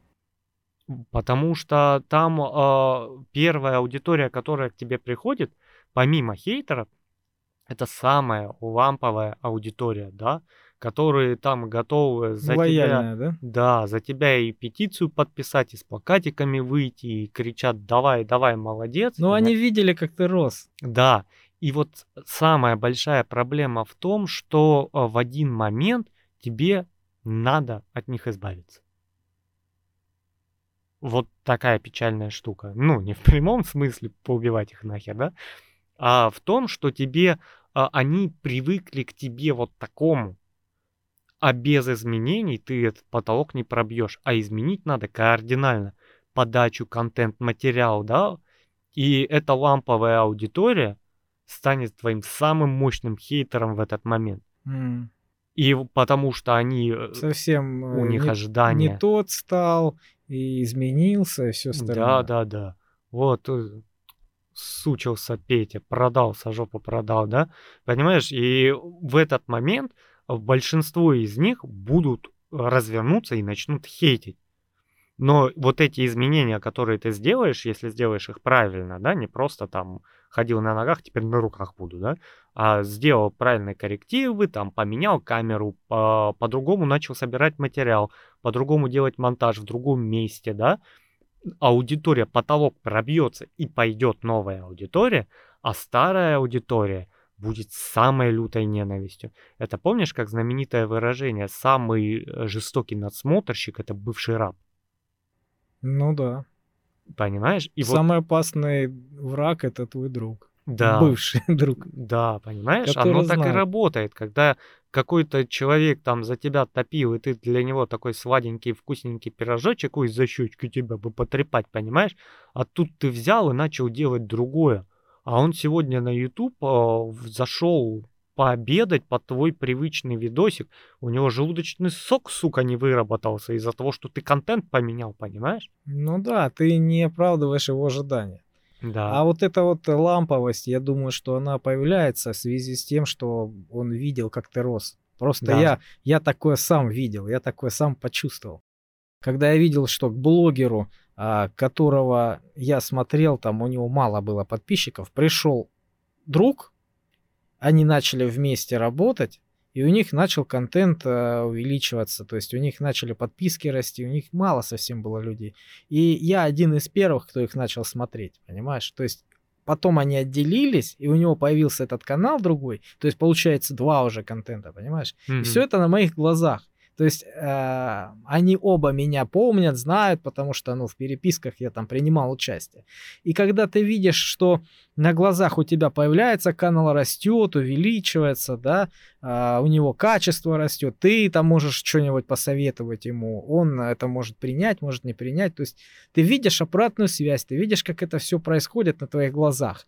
Потому что там э, первая аудитория, которая к тебе приходит, помимо хейтеров, это самая ламповая аудитория, да, которые там готовы за тебя, Лояльная, да? да, за тебя и петицию подписать, и с плакатиками выйти, и кричат: давай, давай, молодец. Ну, понимаешь? они видели, как ты рос. Да, и вот самая большая проблема в том, что э, в один момент тебе надо от них избавиться. Вот такая печальная штука. Ну, не в прямом смысле поубивать их нахер, да, а в том, что тебе а, они привыкли к тебе вот такому, а без изменений ты этот потолок не пробьешь, а изменить надо кардинально подачу, контент, материал, да, и эта ламповая аудитория станет твоим самым мощным хейтером в этот момент. М. И в- потому что они, э, Совсем у э, них не, не ожидания. тот стал и изменился, и все Да, остальное. да, да. Вот, э, сучился Петя, продался, жопу продал, да? Понимаешь? И в этот момент э, большинство из них будут развернуться и начнут хейтить. Но вот эти изменения, которые ты сделаешь, если сделаешь их правильно, да, не просто там ходил на ногах, теперь на руках буду, да, а сделал правильные коррективы, там поменял камеру, по- по-другому начал собирать материал, по-другому делать монтаж в другом месте, да, аудитория, потолок пробьется и пойдет новая аудитория, а старая аудитория будет с самой лютой ненавистью. Это помнишь, как знаменитое выражение «самый э, жестокий надсмотрщик– это бывший раб»? Ну да. Понимаешь? И вот, Самый опасный враг это твой друг. да, Бывший друг, да, понимаешь, оно который так и знает. работает, когда какой-то человек там за тебя топил, и ты для него такой сладенький, вкусненький пирожочек, ой, за щечки тебя бы потрепать, понимаешь? А тут ты взял и начал делать другое. А он сегодня на YouTube зашел пообедать под твой привычный видосик. У него желудочный сок, сука, не выработался из-за того, что ты контент поменял, понимаешь? Ну да, ты не оправдываешь его ожидания. Да, А вот эта вот ламповость, я думаю, что она появляется в связи с тем, что он видел, как ты рос. Просто да. я, я такое сам видел, я такое сам почувствовал. Когда я видел, что к блогеру, а, которого я смотрел, там у него мало было подписчиков, пришел друг, они начали вместе работать, и у них начал контент а, увеличиваться, то есть у них начали подписки расти, у них мало совсем было людей. И я один из первых, кто их начал смотреть, понимаешь? То есть потом они отделились, и у него появился этот канал другой, то есть получается два уже контента, понимаешь? И все Мгм. это на моих глазах. То есть э, они оба меня помнят, знают, потому что, ну, в переписках я там принимал участие. И когда ты видишь, что на глазах у тебя появляется канал, растет, увеличивается, да, а, у него качество растет, ты там можешь что-нибудь посоветовать ему, он это может принять, может не принять. То есть ты видишь обратную связь, ты видишь, как это все происходит на твоих глазах.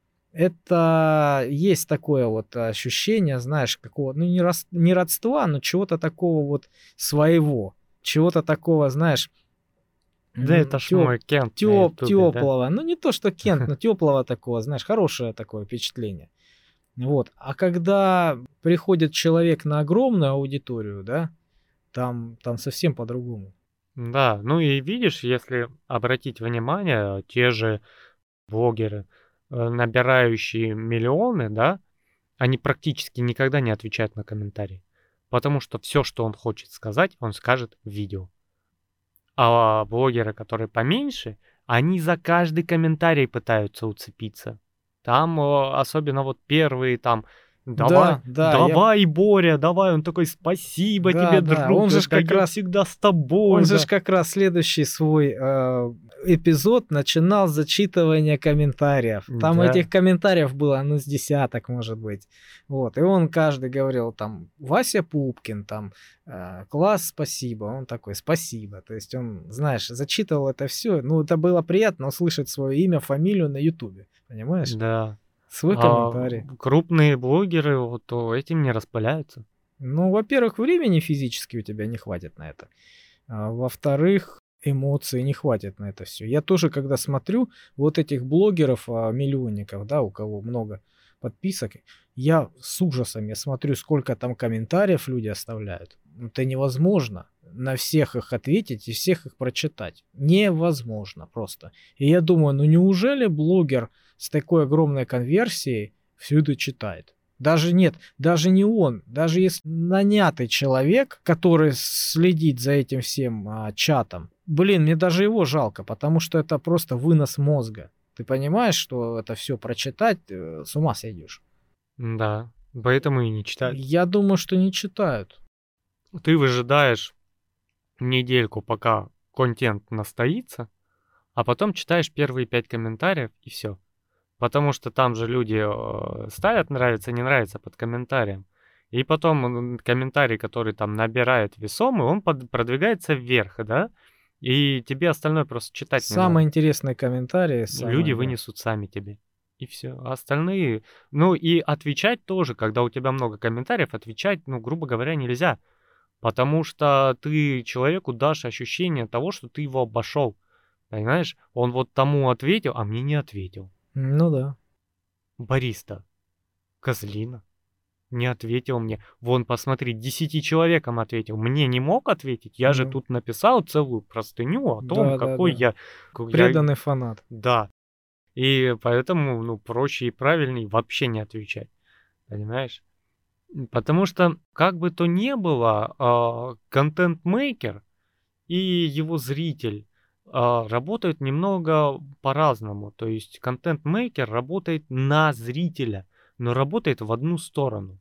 Это есть такое вот ощущение, знаешь, какого, ну, не, рос- не родства, но чего-то такого вот своего, чего-то такого, знаешь, Да это ж теп, мой Кент на теп, ютубе, да? теплого. Ну, не то, что Кент, но теплого такого, знаешь, хорошее такое впечатление. Вот. А когда приходит человек на огромную аудиторию, да, там, там совсем по-другому. Да, ну и видишь, если обратить внимание, те же блогеры, э, набирающие миллионы, да, они практически никогда не отвечают на комментарии. Потому что все, что он хочет сказать, он скажет в видео. А блогеры, которые поменьше, они за каждый комментарий пытаются уцепиться. Там, э, особенно вот первые там: "Давай, Да, да, я, давай, Боря, давай". Он такой: "Спасибо тебе, да, да, он друг, же ж это как я раз всегда с Он тобой", же ж да. как раз следующий свой э, эпизод начинал с зачитывания комментариев. Там Да, этих комментариев было, ну, с десяток, может быть. Вот. И он каждый говорил там: Вася Пупкин, там, э, класс, спасибо. Он такой: спасибо. То есть он, знаешь, зачитывал это все. Ну, это было приятно услышать свое имя, фамилию на Ютубе. Понимаешь? да. Свой А комментарий. крупные блогеры вот о, этим не распыляются. Ну, во-первых, времени физически у тебя не хватит на это. А, во-вторых, эмоций не хватит на это все. Я тоже, когда смотрю вот этих блогеров, а, миллионников, да, у кого много подписок, я с ужасом, я смотрю, сколько там комментариев люди оставляют. Это невозможно на всех их ответить и всех их прочитать. Невозможно просто. И я думаю, ну неужели блогер с такой огромной конверсией все это читает? Даже нет, даже не он, даже если нанятый человек, который следит за этим всем а, чатом, блин, мне даже его жалко, потому что это просто вынос мозга. Ты понимаешь, что это все прочитать, э, с ума сойдешь. Да, поэтому и не читают. Я думаю, что не читают. Ты выжидаешь недельку, пока контент настоится, а потом читаешь первые пять комментариев и все. Потому что там же люди э, ставят нравится, не нравится под комментарием. И потом м, комментарий, который там набирает весомый, он под- продвигается вверх, да? И тебе остальное просто читать не Самые надо. интересные комментарии, Люди самое, да. вынесут сами тебе. И все. А остальные... Ну и отвечать тоже, когда у тебя много комментариев, отвечать, ну, грубо говоря, нельзя. Потому что ты человеку дашь ощущение того, что ты его обошел. Понимаешь? Он вот тому ответил, а мне не ответил. Ну да. Бариста. Козлина. Не ответил мне. Вон, посмотри, десяти человекам ответил. Мне не мог ответить. Я же Ну, тут написал целую простыню о том, да, да, какой да. я... ку- я- Преданный фанат. Да. И поэтому, ну, проще и правильней вообще не отвечать. Понимаешь? М, Потому что, как бы то ни было, а, контент-мейкер и его зритель а, работают немного по-разному. То есть контент-мейкер работает на зрителя, но работает в одну сторону.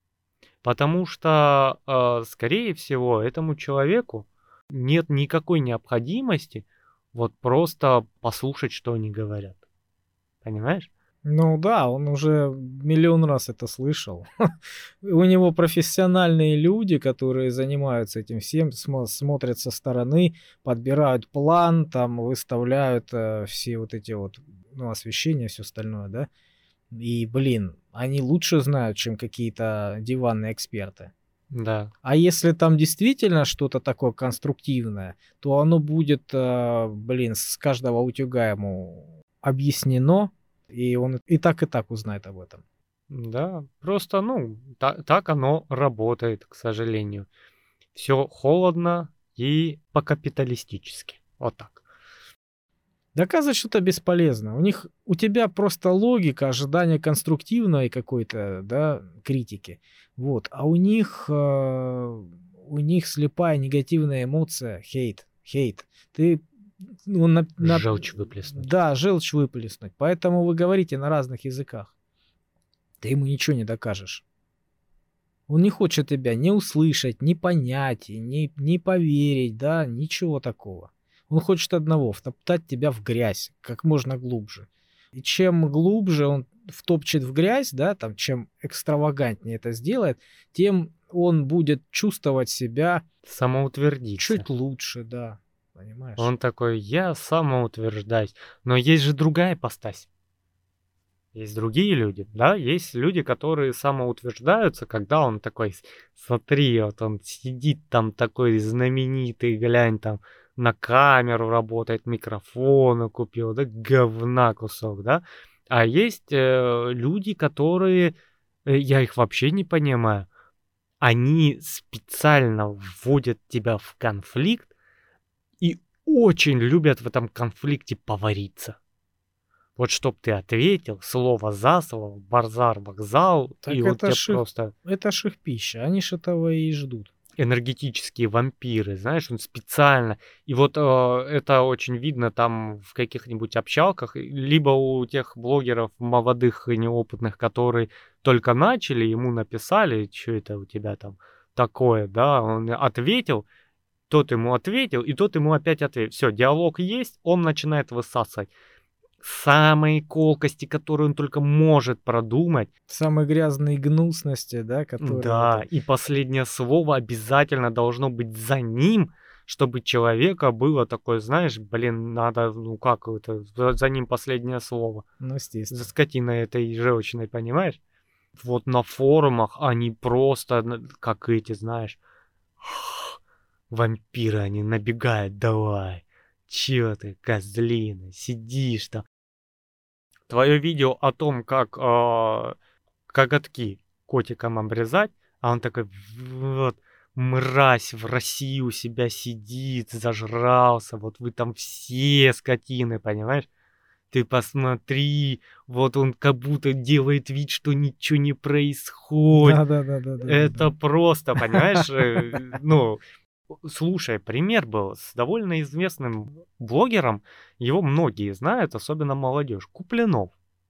Потому что, а, скорее всего, этому человеку нет никакой необходимости вот просто послушать, что они говорят. Понимаешь? Ну да, он уже миллион раз это слышал. У него профессиональные люди, которые занимаются этим всем, смо- смотрят со стороны, подбирают план, там выставляют э, все вот эти вот, ну, освещения, все остальное, да. И, блин, они лучше знают, чем какие-то диванные эксперты. Да. А если там действительно что-то такое конструктивное, то оно будет, э, блин, с каждого утюга ему объяснено, и он и так, и так узнает об этом. Да, просто, ну, та- так оно работает, к сожалению. Все холодно и по-капиталистически. Вот так. Доказывать что-то бесполезно. У них, у тебя просто логика, ожидание конструктивной какой-то, да, критики. Вот. А у них, э, у них слепая негативная эмоция, хейт, хейт. Ты, ну, на, на- Желчь выплеснуть. да, желчь выплеснуть. Поэтому вы говорите на разных языках. Ты ему ничего не докажешь. Он не хочет тебя не услышать, не понять, и не, не поверить, да, ничего такого. Он хочет одного — втоптать тебя в грязь как можно глубже. И чем глубже он втопчет в грязь, да, там, чем экстравагантнее это сделает, тем он будет чувствовать себя Самоутвердиться. чуть лучше, да, понимаешь? Он такой, я самоутверждаюсь. Но есть же другая ипостась. Есть другие люди, да, есть люди, которые самоутверждаются, когда он такой, с- смотри, вот он сидит там такой знаменитый, глянь, там на камеру работает, микрофоны купил, да, говна кусок, да. А есть э, люди, которые, э, я их вообще не понимаю, они специально вводят тебя в конфликт и очень любят в этом конфликте повариться. Вот чтоб ты ответил слово за слово, базар, вокзал, и Так вот это тебе ж их, просто это ж их пища, они ж этого и ждут. энергетические вампиры, знаешь, он специально. И вот э, это очень видно там в каких-нибудь общалках, и- либо у тех блогеров молодых и неопытных, которые только начали, ему написали, что это у тебя там такое, да, он ответил, тот ему ответил, и тот ему опять ответил. Все, диалог есть, он начинает высасывать самые колкости, которые он только может продумать. Самые грязные гнусности, да, которые вот Да, это. и последнее слово обязательно должно быть за ним, чтобы человека было такое, знаешь, блин, надо, ну как это, за, за ним последнее слово. Ну, За естественно. скотиной этой желчной, понимаешь? Вот на форумах они просто, на- как эти, знаешь, вампиры, они набегают, давай, чё ты, козлина, сидишь там. Твое видео о том, как а, коготки котикам обрезать, а он такой, вот, мразь в России у себя сидит, зажрался, вот вы там все скотины, понимаешь? Ты посмотри, вот он как будто делает вид, что ничего не происходит. Да-да-да-да-да-да. Это просто, понимаешь, э, ну, слушай, пример был с довольно известным блогером, его многие знают, особенно молодежь, Куплинов.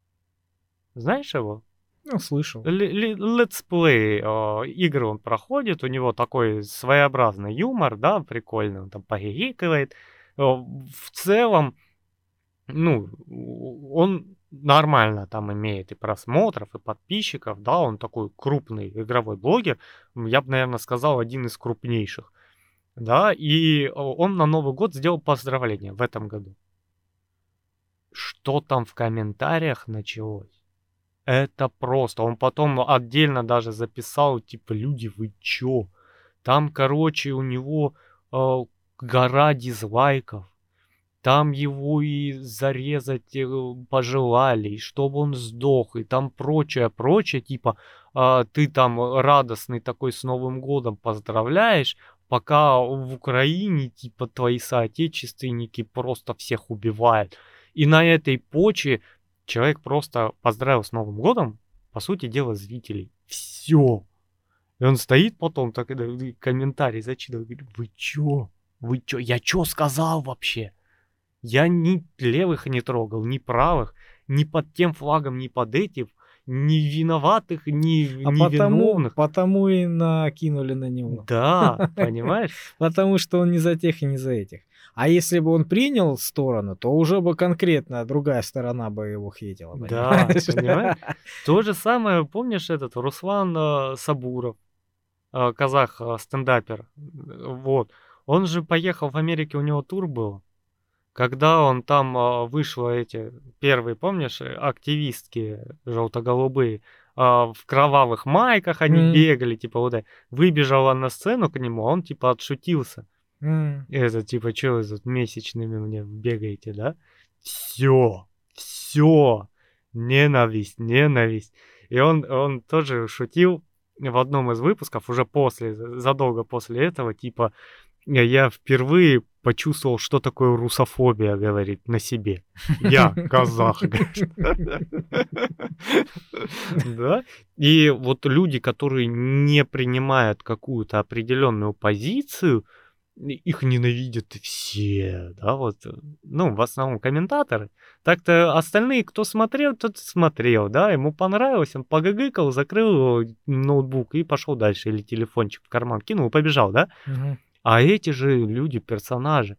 Знаешь его? Ну, слышал. Ле- ле- Летсплей, а, игры он проходит, у него такой своеобразный юмор, да, прикольный, он там погигикивает. А, В целом, ну, у- он нормально там имеет и просмотров, и подписчиков, да, он такой крупный игровой блогер, м, я бы, наверное, сказал, один из крупнейших, да, и о, он на Новый год сделал поздравления в этом году. Что там в комментариях началось? Это просто. Он потом отдельно даже записал, типа, люди, вы чё? Там, короче, у него э, гора дизлайков. Там его и зарезать э, пожелали, и чтобы он сдох, и там прочее, прочее, типа, а, ты там радостный такой с Новым годом поздравляешь, пока в Украине, типа, твои соотечественники просто всех убивают. И на этой почве человек просто поздравил с Новым годом, по сути дела, зрителей. Все. И он стоит потом, так и комментарий зачитывает, говорит, вы чё? Вы чё? Я чё сказал вообще? Я ни левых не трогал, ни правых, ни под тем флагом, ни под этим, ни виноватых, ни А потому, невиновных. потому и накинули на него. Да, понимаешь? Потому что он не за тех и не за этих. А если бы он принял сторону, то уже бы конкретно другая сторона бы его хейтила. Да, Понимаешь? понимаешь? То же самое, помнишь этот Руслан э, Сабуров, э, казах, э, стендапер, э, вот. Он же поехал в Америке, у него тур был. Когда он там а, вышло эти первые, помнишь, э, активистки желто-голубые, а, в кровавых майках они М. бегали, типа вот это, выбежала на сцену к нему, а он типа отшутился. М. Это типа, что вы тут месячными мне бегаете, да? Все, все, ненависть, ненависть. И он, он тоже шутил в одном из выпусков, уже после, задолго после этого, типа, я впервые почувствовал, что такое русофобия, говорит, на себе. Я казах, говорит. Да? И вот люди, которые не принимают какую-то определенную позицию, их ненавидят все, да, вот, ну, в основном комментаторы. Так-то остальные, кто смотрел, тот смотрел, да, ему понравилось, он погыгыкал, закрыл ноутбук и пошел дальше, или телефончик в карман кинул и побежал, да. Мгм. А эти же люди, персонажи,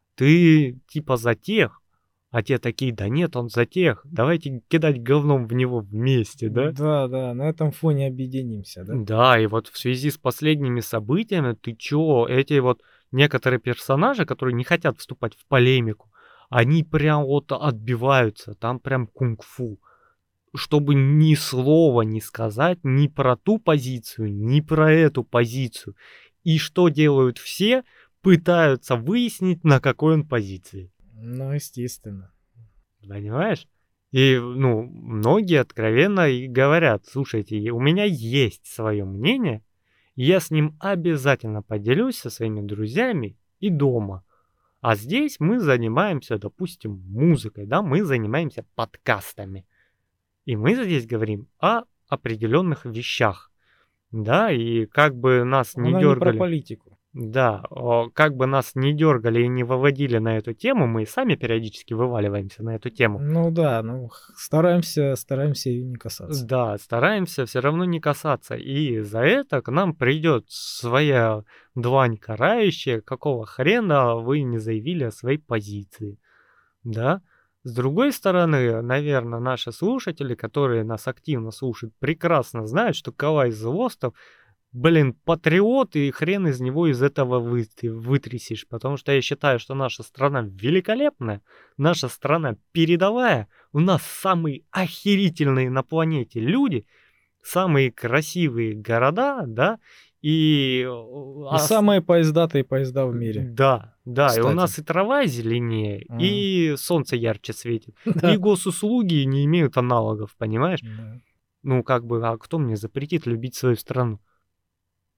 ты типа за тех, а те такие, да нет, он за тех, давайте кидать говном в него вместе, да? Да, да, на этом фоне объединимся, да? Да, и вот в связи с последними событиями, ты чё, эти вот некоторые персонажи, которые не хотят вступать в полемику, они прям вот отбиваются, там прям кунг-фу, чтобы ни слова не сказать ни про ту позицию, ни про эту позицию. И что делают все? Пытаются выяснить, на какой он позиции. Ну, естественно. Понимаешь? И, ну, многие откровенно и говорят, слушайте, у меня есть свое мнение, и я с ним обязательно поделюсь со своими друзьями и дома. А здесь мы занимаемся, допустим, музыкой, да, мы занимаемся подкастами. И мы здесь говорим о определенных вещах, да, и как бы нас не Она не про дергали. политику. Да, о, как бы нас не дергали и не выводили на эту тему, мы и сами периодически вываливаемся на эту тему. Ну да, ну х- стараемся, стараемся ее не касаться. Да, стараемся все равно не касаться. И за это к нам придет своя длань карающая, какого хрена вы не заявили о своей позиции. Да? С другой стороны, наверное, наши слушатели, которые нас активно слушают, прекрасно знают, что Калай Злостов, блин, патриот, и хрен из него из этого вы, вытрясешь. Потому что я считаю, что наша страна великолепная, наша страна передовая, у нас самые охерительные на планете люди, самые красивые города, да, и... И а, самые поездатые поезда в мире. Да, да, и у Кстати. нас и трава зеленее, Ага. и солнце ярче светит, Да. и госуслуги не имеют аналогов, понимаешь? Да. Ну, как бы, а кто мне запретит любить свою страну?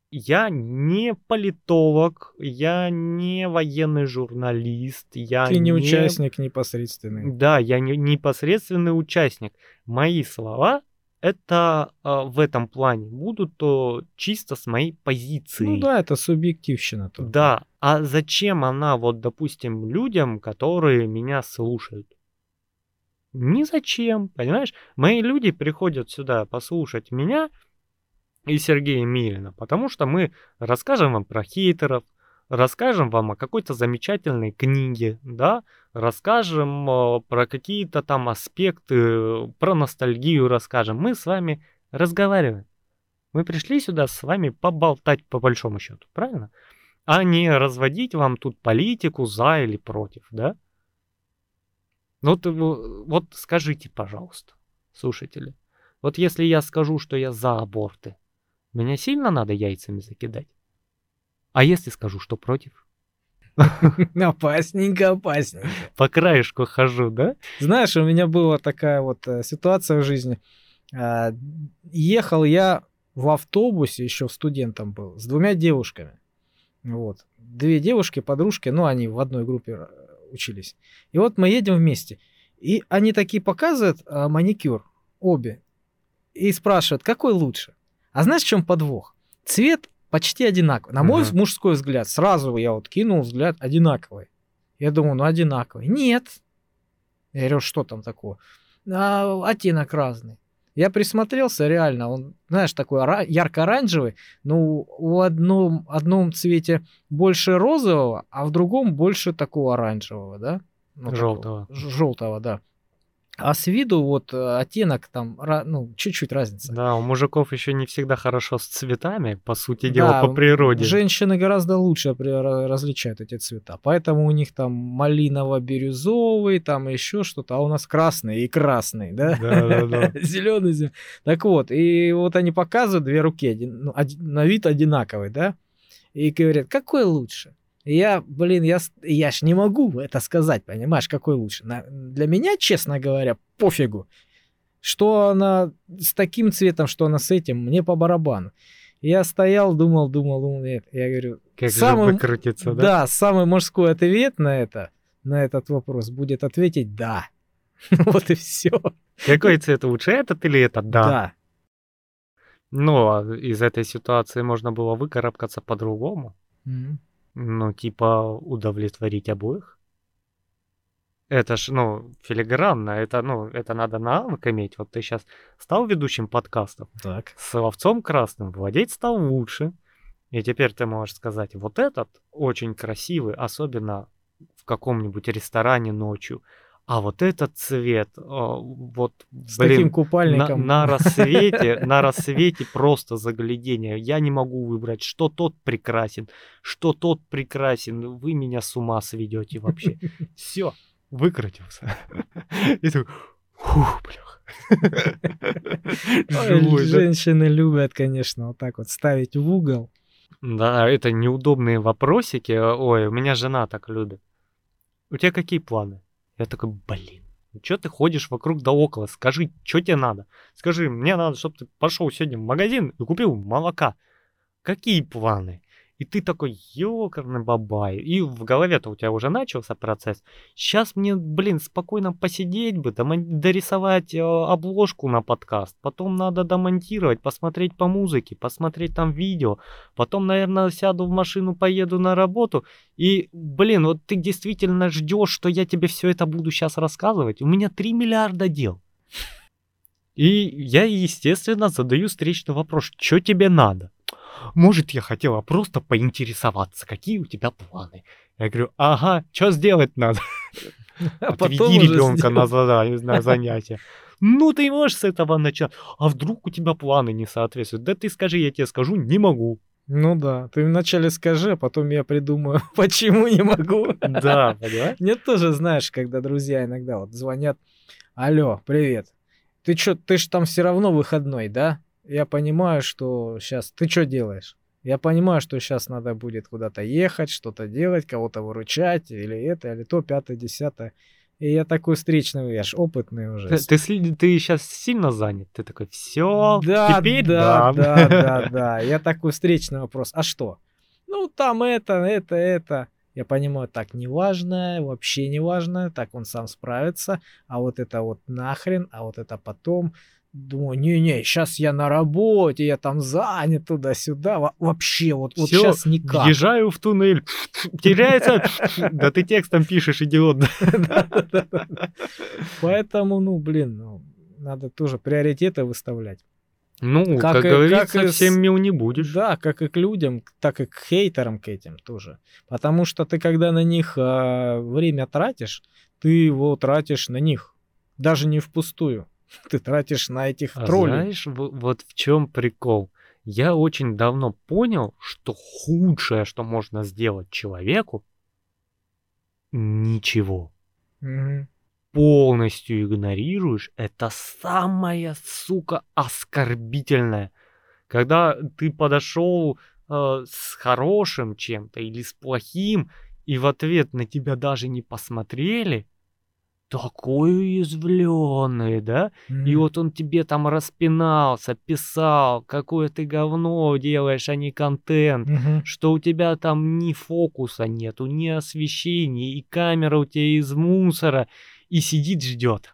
я не политолог, я не военный журналист, я Ты не не... участник непосредственный. Да, я не непосредственный участник. Мои слова это а, в этом плане будут то чисто с моей Ну позиции. да, это субъективщина только. Да, а зачем она вот, допустим, людям, которые меня слушают? Ни зачем, понимаешь? Мои люди приходят сюда послушать меня и Сергея Мирина, потому что мы расскажем вам про хейтеров, расскажем вам о какой-то замечательной книге, да, расскажем э, про какие-то там аспекты, про ностальгию расскажем. Мы с вами разговариваем. Мы пришли сюда с вами поболтать по большому счету, правильно? А не разводить вам тут политику за или против, да? Вот, э, вот скажите, пожалуйста, слушатели, вот если я скажу, что я за аборты, меня сильно надо яйцами закидать? А если скажу, что против? Опасненько, опасненько. По краешку хожу, да? Знаешь, у меня была такая вот э, ситуация в жизни. А, ехал я в автобусе, еще студентом был, с двумя девушками. Вот. Две девушки, подружки, ну, они в одной группе э, учились. И вот мы едем вместе. И они такие показывают а, маникюр, обе. И спрашивают, какой лучше? А знаешь, в чем подвох? Цвет почти одинаковый. На мой Мгм. мужской взгляд, сразу я вот кинул взгляд одинаковый. Я думаю, ну одинаковый. Нет. Я говорю, что там такое? А, оттенок разный. Я присмотрелся, реально, он, знаешь, такой ора- ярко-оранжевый, но у одном, одном цвете больше розового, а в другом больше такого оранжевого, да? Ну, Желтого. Желтого, да. А с виду вот э, оттенок там, ра- ну, чуть-чуть разница. Да, у мужиков еще не всегда хорошо с цветами, по сути дела, Да, по природе. женщины гораздо лучше при- ра- различают эти цвета, поэтому у них там малиново-бирюзовый, там еще что-то, а у нас красный и красный, да? Да-да-да. Зеленый, зеленый. Так вот, и вот они показывают две руки, один- ну, оди- на вид одинаковый, да? И говорят, какой лучше? И я, блин, я, с- я ж не могу это сказать, понимаешь, какой лучше. На- для меня, честно говоря, пофигу. Что она с таким цветом, что она с этим, мне по барабану. Я стоял, думал, думал, думал, нет. Я говорю, Как же самый, выкрутиться, да? да, самый мужской ответ на это, на этот вопрос будет ответить «да». Вот и все. Какой цвет лучше, этот или этот? Да. Да. Ну, а из этой ситуации можно было выкарабкаться по-другому. Мгм. Ну, типа удовлетворить обоих. Это ж, ну, филигранно, это, ну, это надо навык иметь. Вот ты сейчас стал ведущим подкастов, Так. с словцом красным владеть стал лучше. И теперь ты можешь сказать, вот этот очень красивый, особенно в каком-нибудь ресторане ночью. А вот этот цвет, э, вот, С блин, таким на, купальником. на рассвете, на рассвете просто заглядение. Я не могу выбрать, что тот прекрасен, что тот прекрасен. Вы меня с ума сведете вообще. Все, выкрутился. И такой, фух, блях. Ой, Живой, да? женщины любят, конечно, вот так вот ставить в угол. Да, это неудобные вопросики. Ой, у меня жена так любит. У тебя какие планы? Я такой, блин, что ты ходишь вокруг да около? Скажи, что тебе надо? Скажи, мне надо, чтобы ты пошел сегодня в магазин и купил молока. Какие планы? И ты такой, ёкарный бабай. И в голове-то у тебя уже начался процесс. Сейчас мне, блин, спокойно посидеть бы, домон- дорисовать э, обложку на подкаст. Потом надо домонтировать, посмотреть по музыке, посмотреть там видео. Потом, наверное, сяду в машину, поеду на работу. И, блин, вот ты действительно ждешь, что я тебе все это буду сейчас рассказывать. У меня три миллиарда дел. И я, естественно, задаю встречный вопрос, что тебе надо? Может, я хотела просто поинтересоваться, какие у тебя планы. Я говорю, ага, что сделать надо? А потом Отведи уже ребенка на, сделать. зада- на занятие. Ну, ты можешь с этого начать. А вдруг у тебя планы не соответствуют? Да ты скажи, я тебе скажу, не могу. Ну да, ты вначале скажи, а потом я придумаю, почему не могу. Да, понимаешь? Мне тоже, знаешь, когда друзья иногда вот звонят, алло, привет, ты чё, ты ж там все равно выходной, да? Я понимаю, что сейчас, ты что делаешь? Я понимаю, что сейчас надо будет куда-то ехать, что-то делать, кого-то выручать, или это, или то, пятое, десятое. И я такой встречный, я ж опытный уже. Ты, ты, сли- ты сейчас сильно занят? Ты такой, все, Да, теперь да, да. да, да, да. Я такой встречный вопрос. А что? Ну, там это, это, это. Я понимаю, так не важно, вообще не важно, так он сам справится. А вот это вот нахрен, а вот это потом. Думаю, не-не, сейчас я на работе, я там занят туда-сюда. Во- вообще, вот, вот Все, сейчас никак. въезжаю в туннель, теряется. Да ты текстом пишешь, идиот. Да-да-да-да. Поэтому, ну, блин, ну, надо тоже приоритеты выставлять. Ну, Как как и- говорится, как и всем с- мил не будешь. Да, как и к людям, так и к хейтерам к этим тоже. Потому что ты, когда на них а, время тратишь, ты его тратишь на них. Даже не впустую. Ты тратишь на этих А троллей. знаешь, во- вот в чем прикол? Я очень давно понял, что худшее, что можно сделать человеку, ничего. Мгм. Полностью игнорируешь, это самое, сука, оскорбительное. Когда ты подошел э, с хорошим чем-то или с плохим, и в ответ на тебя даже не посмотрели, такой уязвленный, да? И Мгм. вот он тебе там распинался, писал, какое ты говно делаешь, а не контент, Мгм. что у тебя там ни фокуса нету, ни освещения, и камера у тебя из мусора, и сидит, ждет.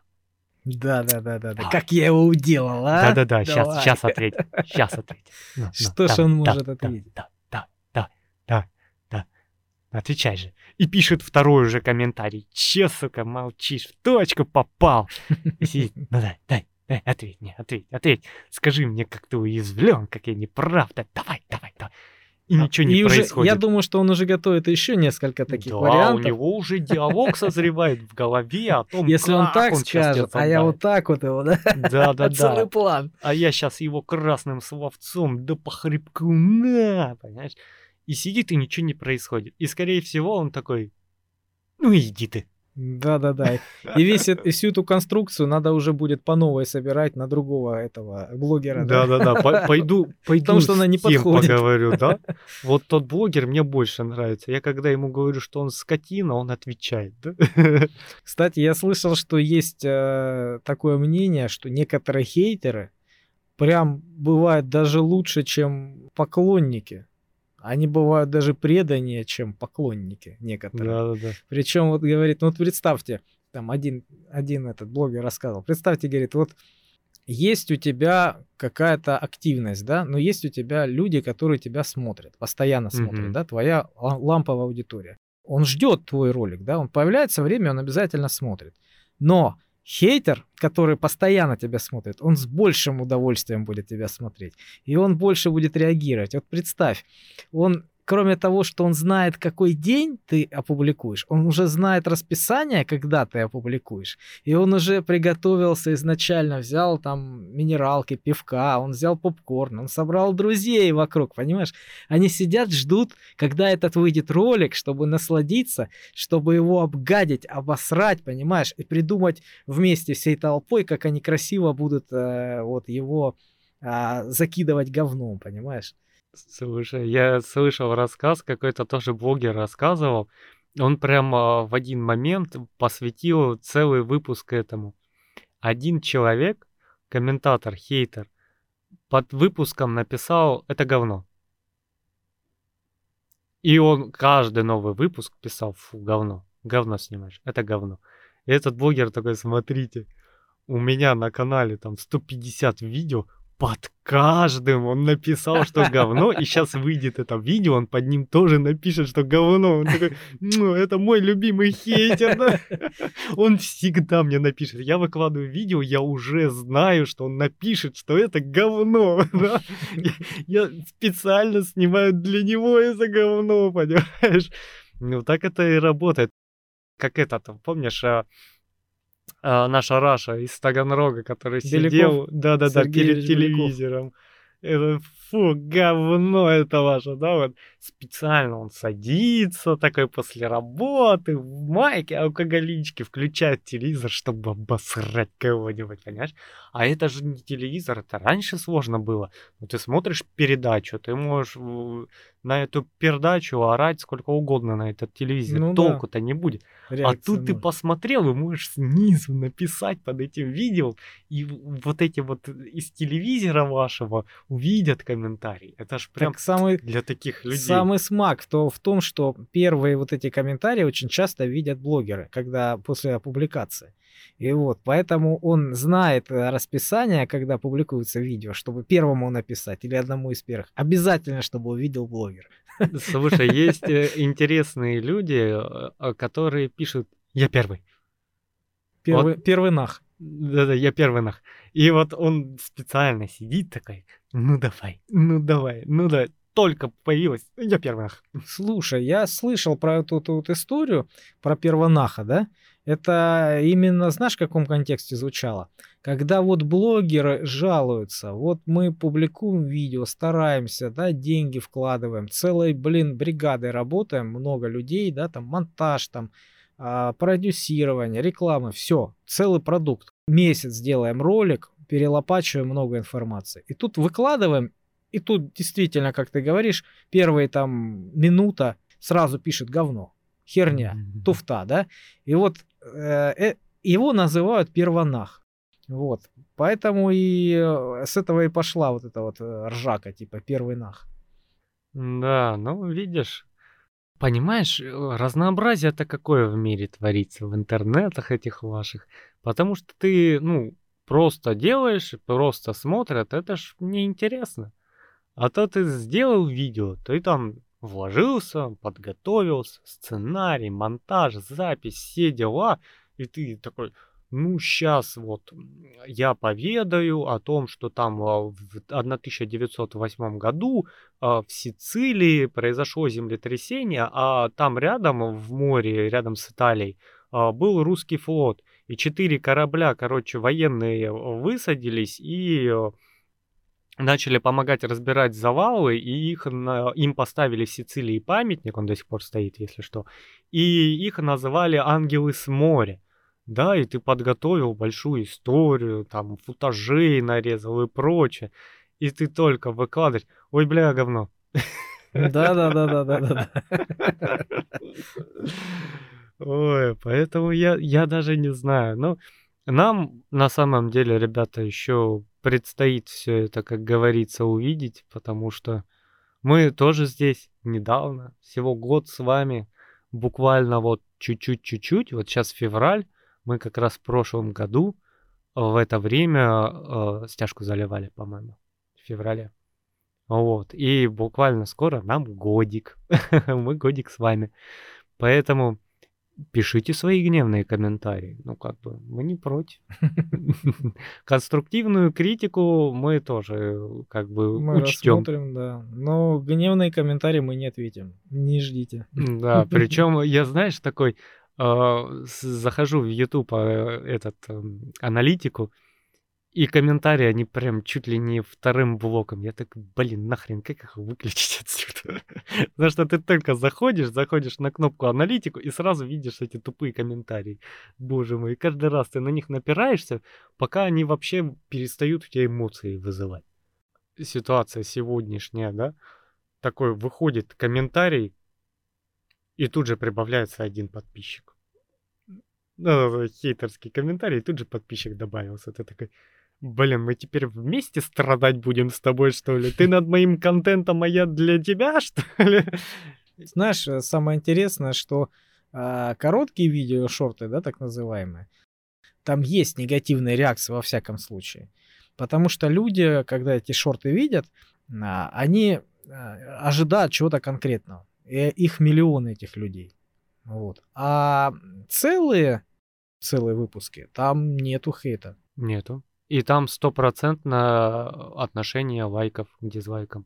Да, да, да, да, да. Да. Как я его уделал, а? Да-да-да, сейчас, Давай. сейчас ответь, сейчас ответь. Ну, ну, Что ж давай, он да, может да, ответить? Да, да, да, да, да. Отвечай же. И пишет второй уже комментарий. Че, сука, молчишь? В точку попал. И сидит. Ну дай, дай, дай, ответь мне, ответь, ответь. Скажи мне, как ты уязвлен, как я неправ. Да, давай, давай, давай. И ничего не И уже, происходит. я думаю, что он уже готовит еще несколько таких Да, вариантов. у него уже диалог созревает в голове о том, Если он как так он щас тебя скажет, а я вот задавит. так вот его, да? Да-да-да. Целый план. А я сейчас его красным словцом, да по хребку, на, понимаешь? И сидит, и ничего не происходит. И, скорее всего, он такой, ну иди ты. Да-да-да. И, весь, эт- и всю эту конструкцию надо уже будет по новой собирать на другого этого блогера, да? Да-да-да, по- пойду, пойду Потому что она не с кем подходит. поговорю, да? Вот тот блогер мне больше нравится. Я когда ему говорю, что он скотина, он отвечает, да? Кстати, я слышал, что есть э, такое мнение, что некоторые хейтеры прям бывают даже лучше, чем поклонники. Они бывают даже преданнее, чем поклонники некоторые. Да-да-да. Причем вот говорит, ну вот представьте, там один, один этот блогер рассказывал, представьте, говорит, вот есть у тебя какая-то активность, да, но есть у тебя люди, которые тебя смотрят, постоянно смотрят, Мгм. да, твоя ла- ламповая аудитория. Он ждет твой ролик, да, он появляется время, он обязательно смотрит. Но хейтер, который постоянно тебя смотрит, он с большим удовольствием будет тебя смотреть. И он больше будет реагировать. Вот представь, он, кроме того, что он знает, какой день ты опубликуешь, он уже знает расписание, когда ты опубликуешь. И он уже приготовился изначально, взял там минералки, пивка, он взял попкорн, он собрал друзей вокруг, понимаешь? Они сидят, ждут, когда этот выйдет ролик, чтобы насладиться, чтобы его обгадить, обосрать, понимаешь? И придумать вместе всей толпой, как они красиво будут э, вот его а, закидывать говном, понимаешь? Слушай, я слышал рассказ, какой-то тоже блогер рассказывал. Он прямо в один момент посвятил целый выпуск этому. Один человек, комментатор, хейтер, под выпуском написал «это говно». И он каждый новый выпуск писал «фу, говно, говно снимаешь, это говно». И этот блогер такой, смотрите, у меня на канале там сто пятьдесят видео, под каждым он написал, что говно, и сейчас выйдет это видео, он под ним тоже напишет, что говно. Он такой, ну, это мой любимый хейтер, да? Он всегда мне напишет. Я выкладываю видео, я уже знаю, что он напишет, что это говно, да? Я, я специально снимаю для него это говно, понимаешь? Ну, так это и работает. Как это там, помнишь, а, а, наша Раша из Таганрога, который Беляков сидел, да-да-да, Сергей перед Ильич Беляков. телевизором. Это, фу, говно это ваше, да, вот. Специально он садится такой после работы в майке, алкоголичке, включает телевизор, чтобы обосрать кого-нибудь, понимаешь? А это же не телевизор, это раньше сложно было. Ну, ты смотришь передачу, ты можешь, э, на эту пердачу орать сколько угодно на этот телевизор. Ну да, Толку-то не будет. А реакция тут ты ноль. посмотрел и можешь снизу написать под этим видео, и в- вот эти вот из телевизора вашего увидят комментарий. Это ж прям Так самый, для таких людей. самый смак в, то, в том, что первые вот эти комментарии очень часто видят блогеры, когда после публикации. И вот, поэтому он знает э, расписание, когда публикуется видео, чтобы первому написать или одному из первых. Обязательно, чтобы увидел блогер. Слушай, есть э, интересные люди, э, э, которые пишут «Я первый». Вот, Первый, первый нах. да-да, я первый нах. И вот он специально сидит такой, ну давай, ну давай, ну да, только появилось, я первый нах. Слушай, я слышал про эту, эту вот историю, про первонаха, да? Это именно, знаешь, в каком контексте звучало? Когда вот блогеры жалуются, вот мы публикуем видео, стараемся, да, деньги вкладываем, целой, блин, бригадой работаем, много людей, да, там монтаж, там а, продюсирование, реклама, все, целый продукт. Месяц делаем ролик, перелопачиваем много информации. И тут выкладываем, и тут действительно, как ты говоришь, первые там минута сразу пишет говно, херня, туфта, да? И вот э, э, его называют первонах. Вот. Поэтому и э, с этого и пошла вот эта вот э, ржака, типа первый нах. Да, ну видишь, понимаешь, э, разнообразие-то какое в мире творится, в интернетах этих ваших. Потому что ты, ну, просто делаешь, просто смотрят, это ж неинтересно. А то ты сделал видео, ты там вложился, подготовился, сценарий, монтаж, запись, все дела, и ты такой, ну, сейчас вот м, я поведаю о том, что там а, в тысяча девятьсот восьмом году а, в Сицилии произошло землетрясение, а там рядом, в море, рядом с Италией, а, был русский флот, и четыре корабля, короче, военные высадились и э, начали помогать разбирать завалы, и их на- им поставили в Сицилии памятник, он до сих пор стоит, если что, и их называли «Ангелы с моря». Да, и ты подготовил большую историю, там, футажей нарезал и прочее, и ты только выкладываешь, ой, бля, говно. Да-да-да-да-да-да. Ой, поэтому я, я даже не знаю. Ну, нам на самом деле, ребята, еще предстоит все это, как говорится, увидеть, потому что мы тоже здесь недавно, всего год с вами, буквально вот чуть-чуть-чуть-чуть, вот сейчас февраль, мы как раз в прошлом году э, в это время э, стяжку заливали, по-моему, в феврале. Вот, и буквально скоро нам годик, мы годик с вами. Поэтому пишите свои гневные комментарии. Ну, как бы, мы не против. Конструктивную критику мы тоже, э, как бы, Мы учтем. рассмотрим, да. Но гневные комментарии мы не ответим. Не ждите. Да, причем я, знаешь, такой а, с- захожу в YouTube этот эм, аналитику, и комментарии, они прям чуть ли не вторым блоком. Я так, блин, нахрен, как их выключить отсюда? Потому что ты только заходишь, заходишь на кнопку аналитику и сразу видишь эти тупые комментарии. Боже мой, и каждый раз ты на них напираешься, пока они вообще перестают у тебя эмоции вызывать. Ситуация сегодняшняя, да? Такой выходит комментарий, и тут же прибавляется один подписчик. Да-да-да, хейтерский комментарий, и тут же подписчик добавился. Ты такой, блин, мы теперь вместе страдать будем с тобой, что ли? Ты над моим контентом, а я для тебя, что ли? Знаешь, э, самое интересное, что а, короткие видео, шорты, да, так называемые, там есть негативная реакция во всяком случае. Потому что люди, когда эти шорты видят, а, они а, ожидают чего-то конкретного. И их миллионы, этих людей. Вот. А целые, целые выпуски, там нету хейта. Нету. И там стопроцентно отношение лайков к дизлайкам.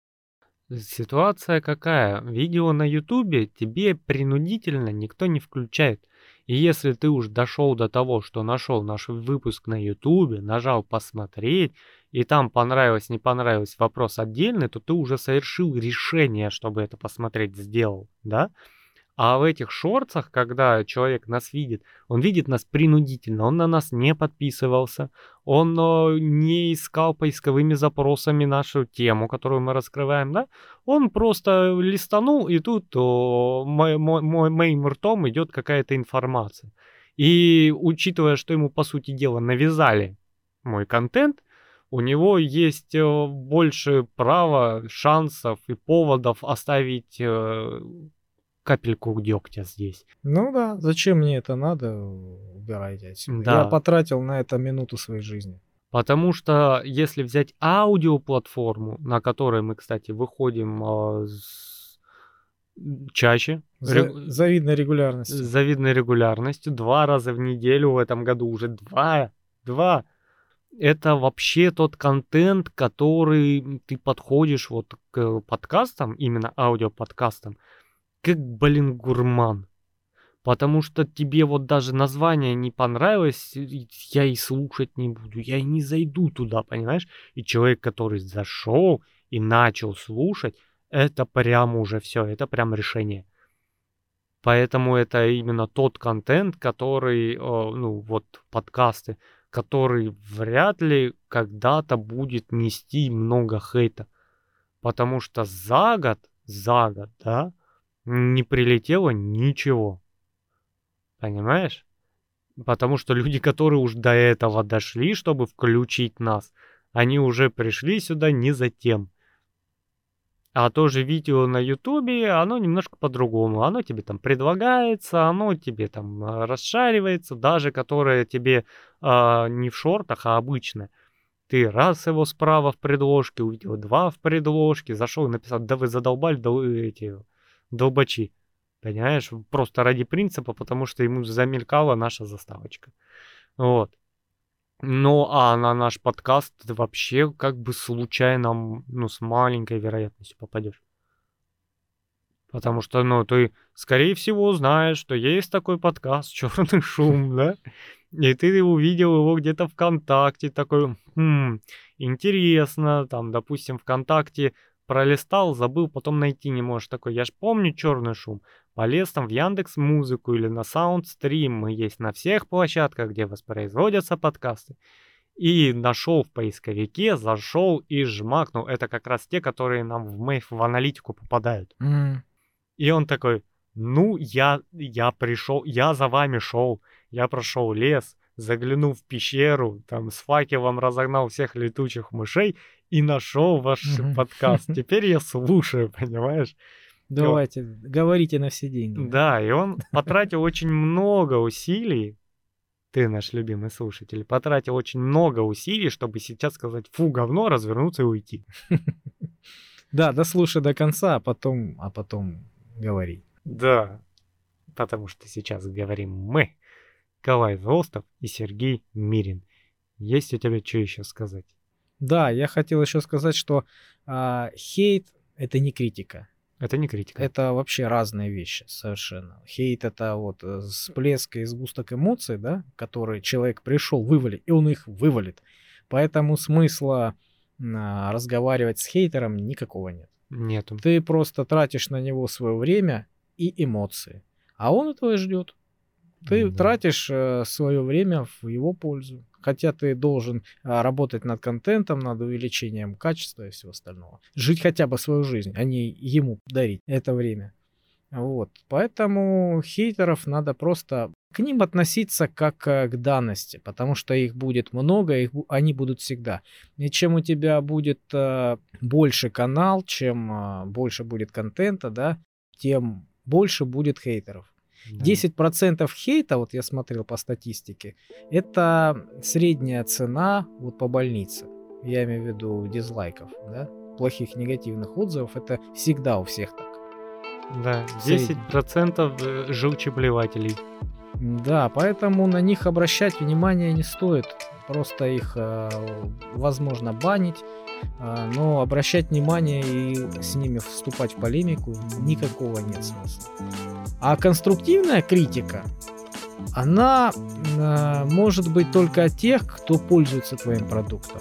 Ситуация какая? Видео на Ютубе тебе принудительно никто не включает. И если ты уж дошел до того, что нашел наш выпуск на Ютубе, нажал посмотреть, и там понравилось, не понравилось, вопрос отдельный, то ты уже совершил решение, чтобы это посмотреть, сделал, да? А в этих шортсах, когда человек нас видит, он видит нас принудительно, он на нас не подписывался, он э, не искал поисковыми запросами нашу тему, которую мы раскрываем, да? Он просто листанул, и тут о, мо- мо- мо- моим ртом идет какая-то информация. И учитывая, что ему, по сути дела, навязали мой контент, у него есть э, больше права, шансов и поводов оставить э, капельку дегтя здесь. Ну да, зачем мне это надо, убирайте отсюда. Я Да, потратил на это минуту своей жизни. потому что если взять аудиоплатформу, на которой мы, кстати, выходим э, с- чаще, За- ре- завидной с регулярностью. завидной регулярностью, два раза в неделю в этом году уже два, два. Это вообще тот контент, который ты подходишь вот к подкастам, именно аудиоподкастам, как, блин, гурман. Потому что тебе вот даже название не понравилось, и я и слушать не буду, я и не зайду туда, понимаешь? И человек, который зашел и начал слушать, это прям уже все, это прям решение. Поэтому это именно тот контент, который, э, ну вот подкасты, который вряд ли когда-то будет нести много хейта. Потому что за год, за год, да, не прилетело ничего. Понимаешь? Потому что люди, которые уж до этого дошли, чтобы включить нас, они уже пришли сюда не за тем. А то же видео на Ютубе, оно немножко по-другому. Оно тебе там предлагается, оно тебе там а, расшаривается, даже которое тебе а, не в шортах, а обычное. Ты раз его справа в предложке увидел, два в предложке, зашел и написал, да вы задолбали, да вы эти долбачи. Понимаешь? Просто ради принципа, потому что ему замелькала наша заставочка. Вот. Ну, а на наш подкаст ты вообще как бы случайно, м, ну, с маленькой вероятностью попадешь. Потому что, ну, ты, скорее всего, знаешь, что есть такой подкаст «Черный шум», да? И ты увидел его где-то ВКонтакте, такой, хм, интересно, там, допустим, ВКонтакте пролистал, забыл, потом найти не можешь. Такой, я ж помню «Черный шум». Полез там в Яндекс Музыку или на Soundstream, мы есть на всех площадках, где воспроизводятся подкасты. И нашел в поисковике, зашел и жмакнул. Это как раз те, которые нам в Мэйв в аналитику попадают. М. И он такой, ну, я, я пришел, я за вами шел, я прошел лес, заглянул в пещеру, там с факелом разогнал всех летучих мышей и нашел ваш Мгм. подкаст. Теперь я слушаю, понимаешь? И он- Давайте, говорите на все деньги. да. Да, и он потратил очень много усилий, ты наш любимый слушатель, потратил очень много усилий, чтобы сейчас сказать «фу, говно», развернуться и уйти. Да, дослушай до конца, а потом, а потом говори. Да, потому что сейчас говорим мы, Калай Золстов и Сергей Мирин. Есть у тебя что еще сказать? Да, я хотел еще сказать, что а, хейт это не критика. Это не критика. Это вообще разные вещи совершенно. Хейт это вот э, всплеск и сгусток эмоций, да, который человек пришел вывалить, и он их вывалит. Поэтому смысла а, разговаривать с хейтером никакого нет. Нету. Ты просто тратишь на него свое время и эмоции, а он этого и ждет. Ты Да. тратишь свое время в его пользу. Хотя ты должен а, работать над контентом, над увеличением качества и всего остального. Жить хотя бы свою жизнь, а не ему дарить это время. Вот. Поэтому хейтеров надо просто к ним относиться как э, к данности, потому что их будет много, их, бу- они будут всегда. И чем у тебя будет э, больше канал, чем э, больше будет контента, да, тем больше будет хейтеров. Да. десять процентов хейта, вот я смотрел по статистике, это средняя цена вот по больнице. Я имею в виду дизлайков, да, плохих негативных отзывов. Это всегда у всех так. Да, Средний. десять процентов э, желчеплевателей. Да, поэтому на них обращать внимание не стоит. Просто их, э, возможно, банить, э, но обращать внимание и с ними вступать в полемику никакого нет смысла. А конструктивная критика, она э, может быть только от тех, кто пользуется твоим продуктом.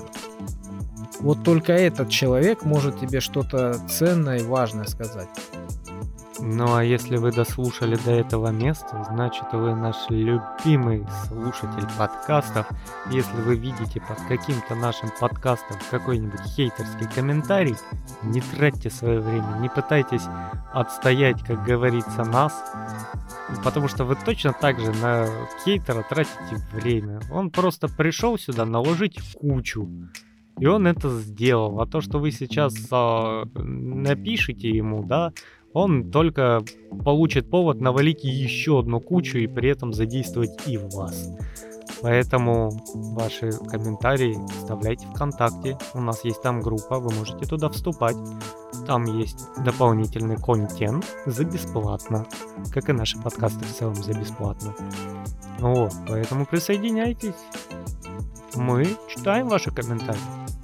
Вот только этот человек может тебе что-то ценное и важное сказать. Ну а если вы дослушали до этого места, значит вы наш любимый слушатель подкастов. Если вы видите под каким-то нашим подкастом какой-нибудь хейтерский комментарий, не тратьте свое время, не пытайтесь отстоять, как говорится, нас, потому что вы точно так же на хейтера тратите время. Он просто пришел сюда наложить кучу. И он это сделал. А то, что вы сейчас а, напишите ему, да, он только получит повод навалить еще одну кучу и при этом задействовать и вас. Поэтому ваши комментарии оставляйте ВКонтакте. У нас есть там группа, вы можете туда вступать. Там есть дополнительный контент за бесплатно. Как и наши подкасты в целом за бесплатно. Вот, поэтому присоединяйтесь. Мы читаем ваши комментарии.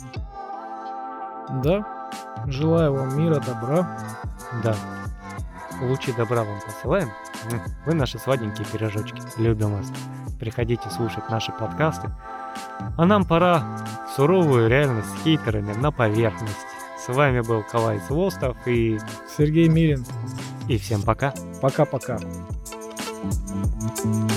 Да. Желаю вам мира, добра. Да. Лучи добра вам посылаем. Вы наши сладенькие пирожочки. Любим вас. Приходите слушать наши подкасты. А нам пора в суровую реальность с хейтерами на поверхность. С вами был Калай Злостов и Сергей Мирин. И всем пока. Пока-пока. Thank you.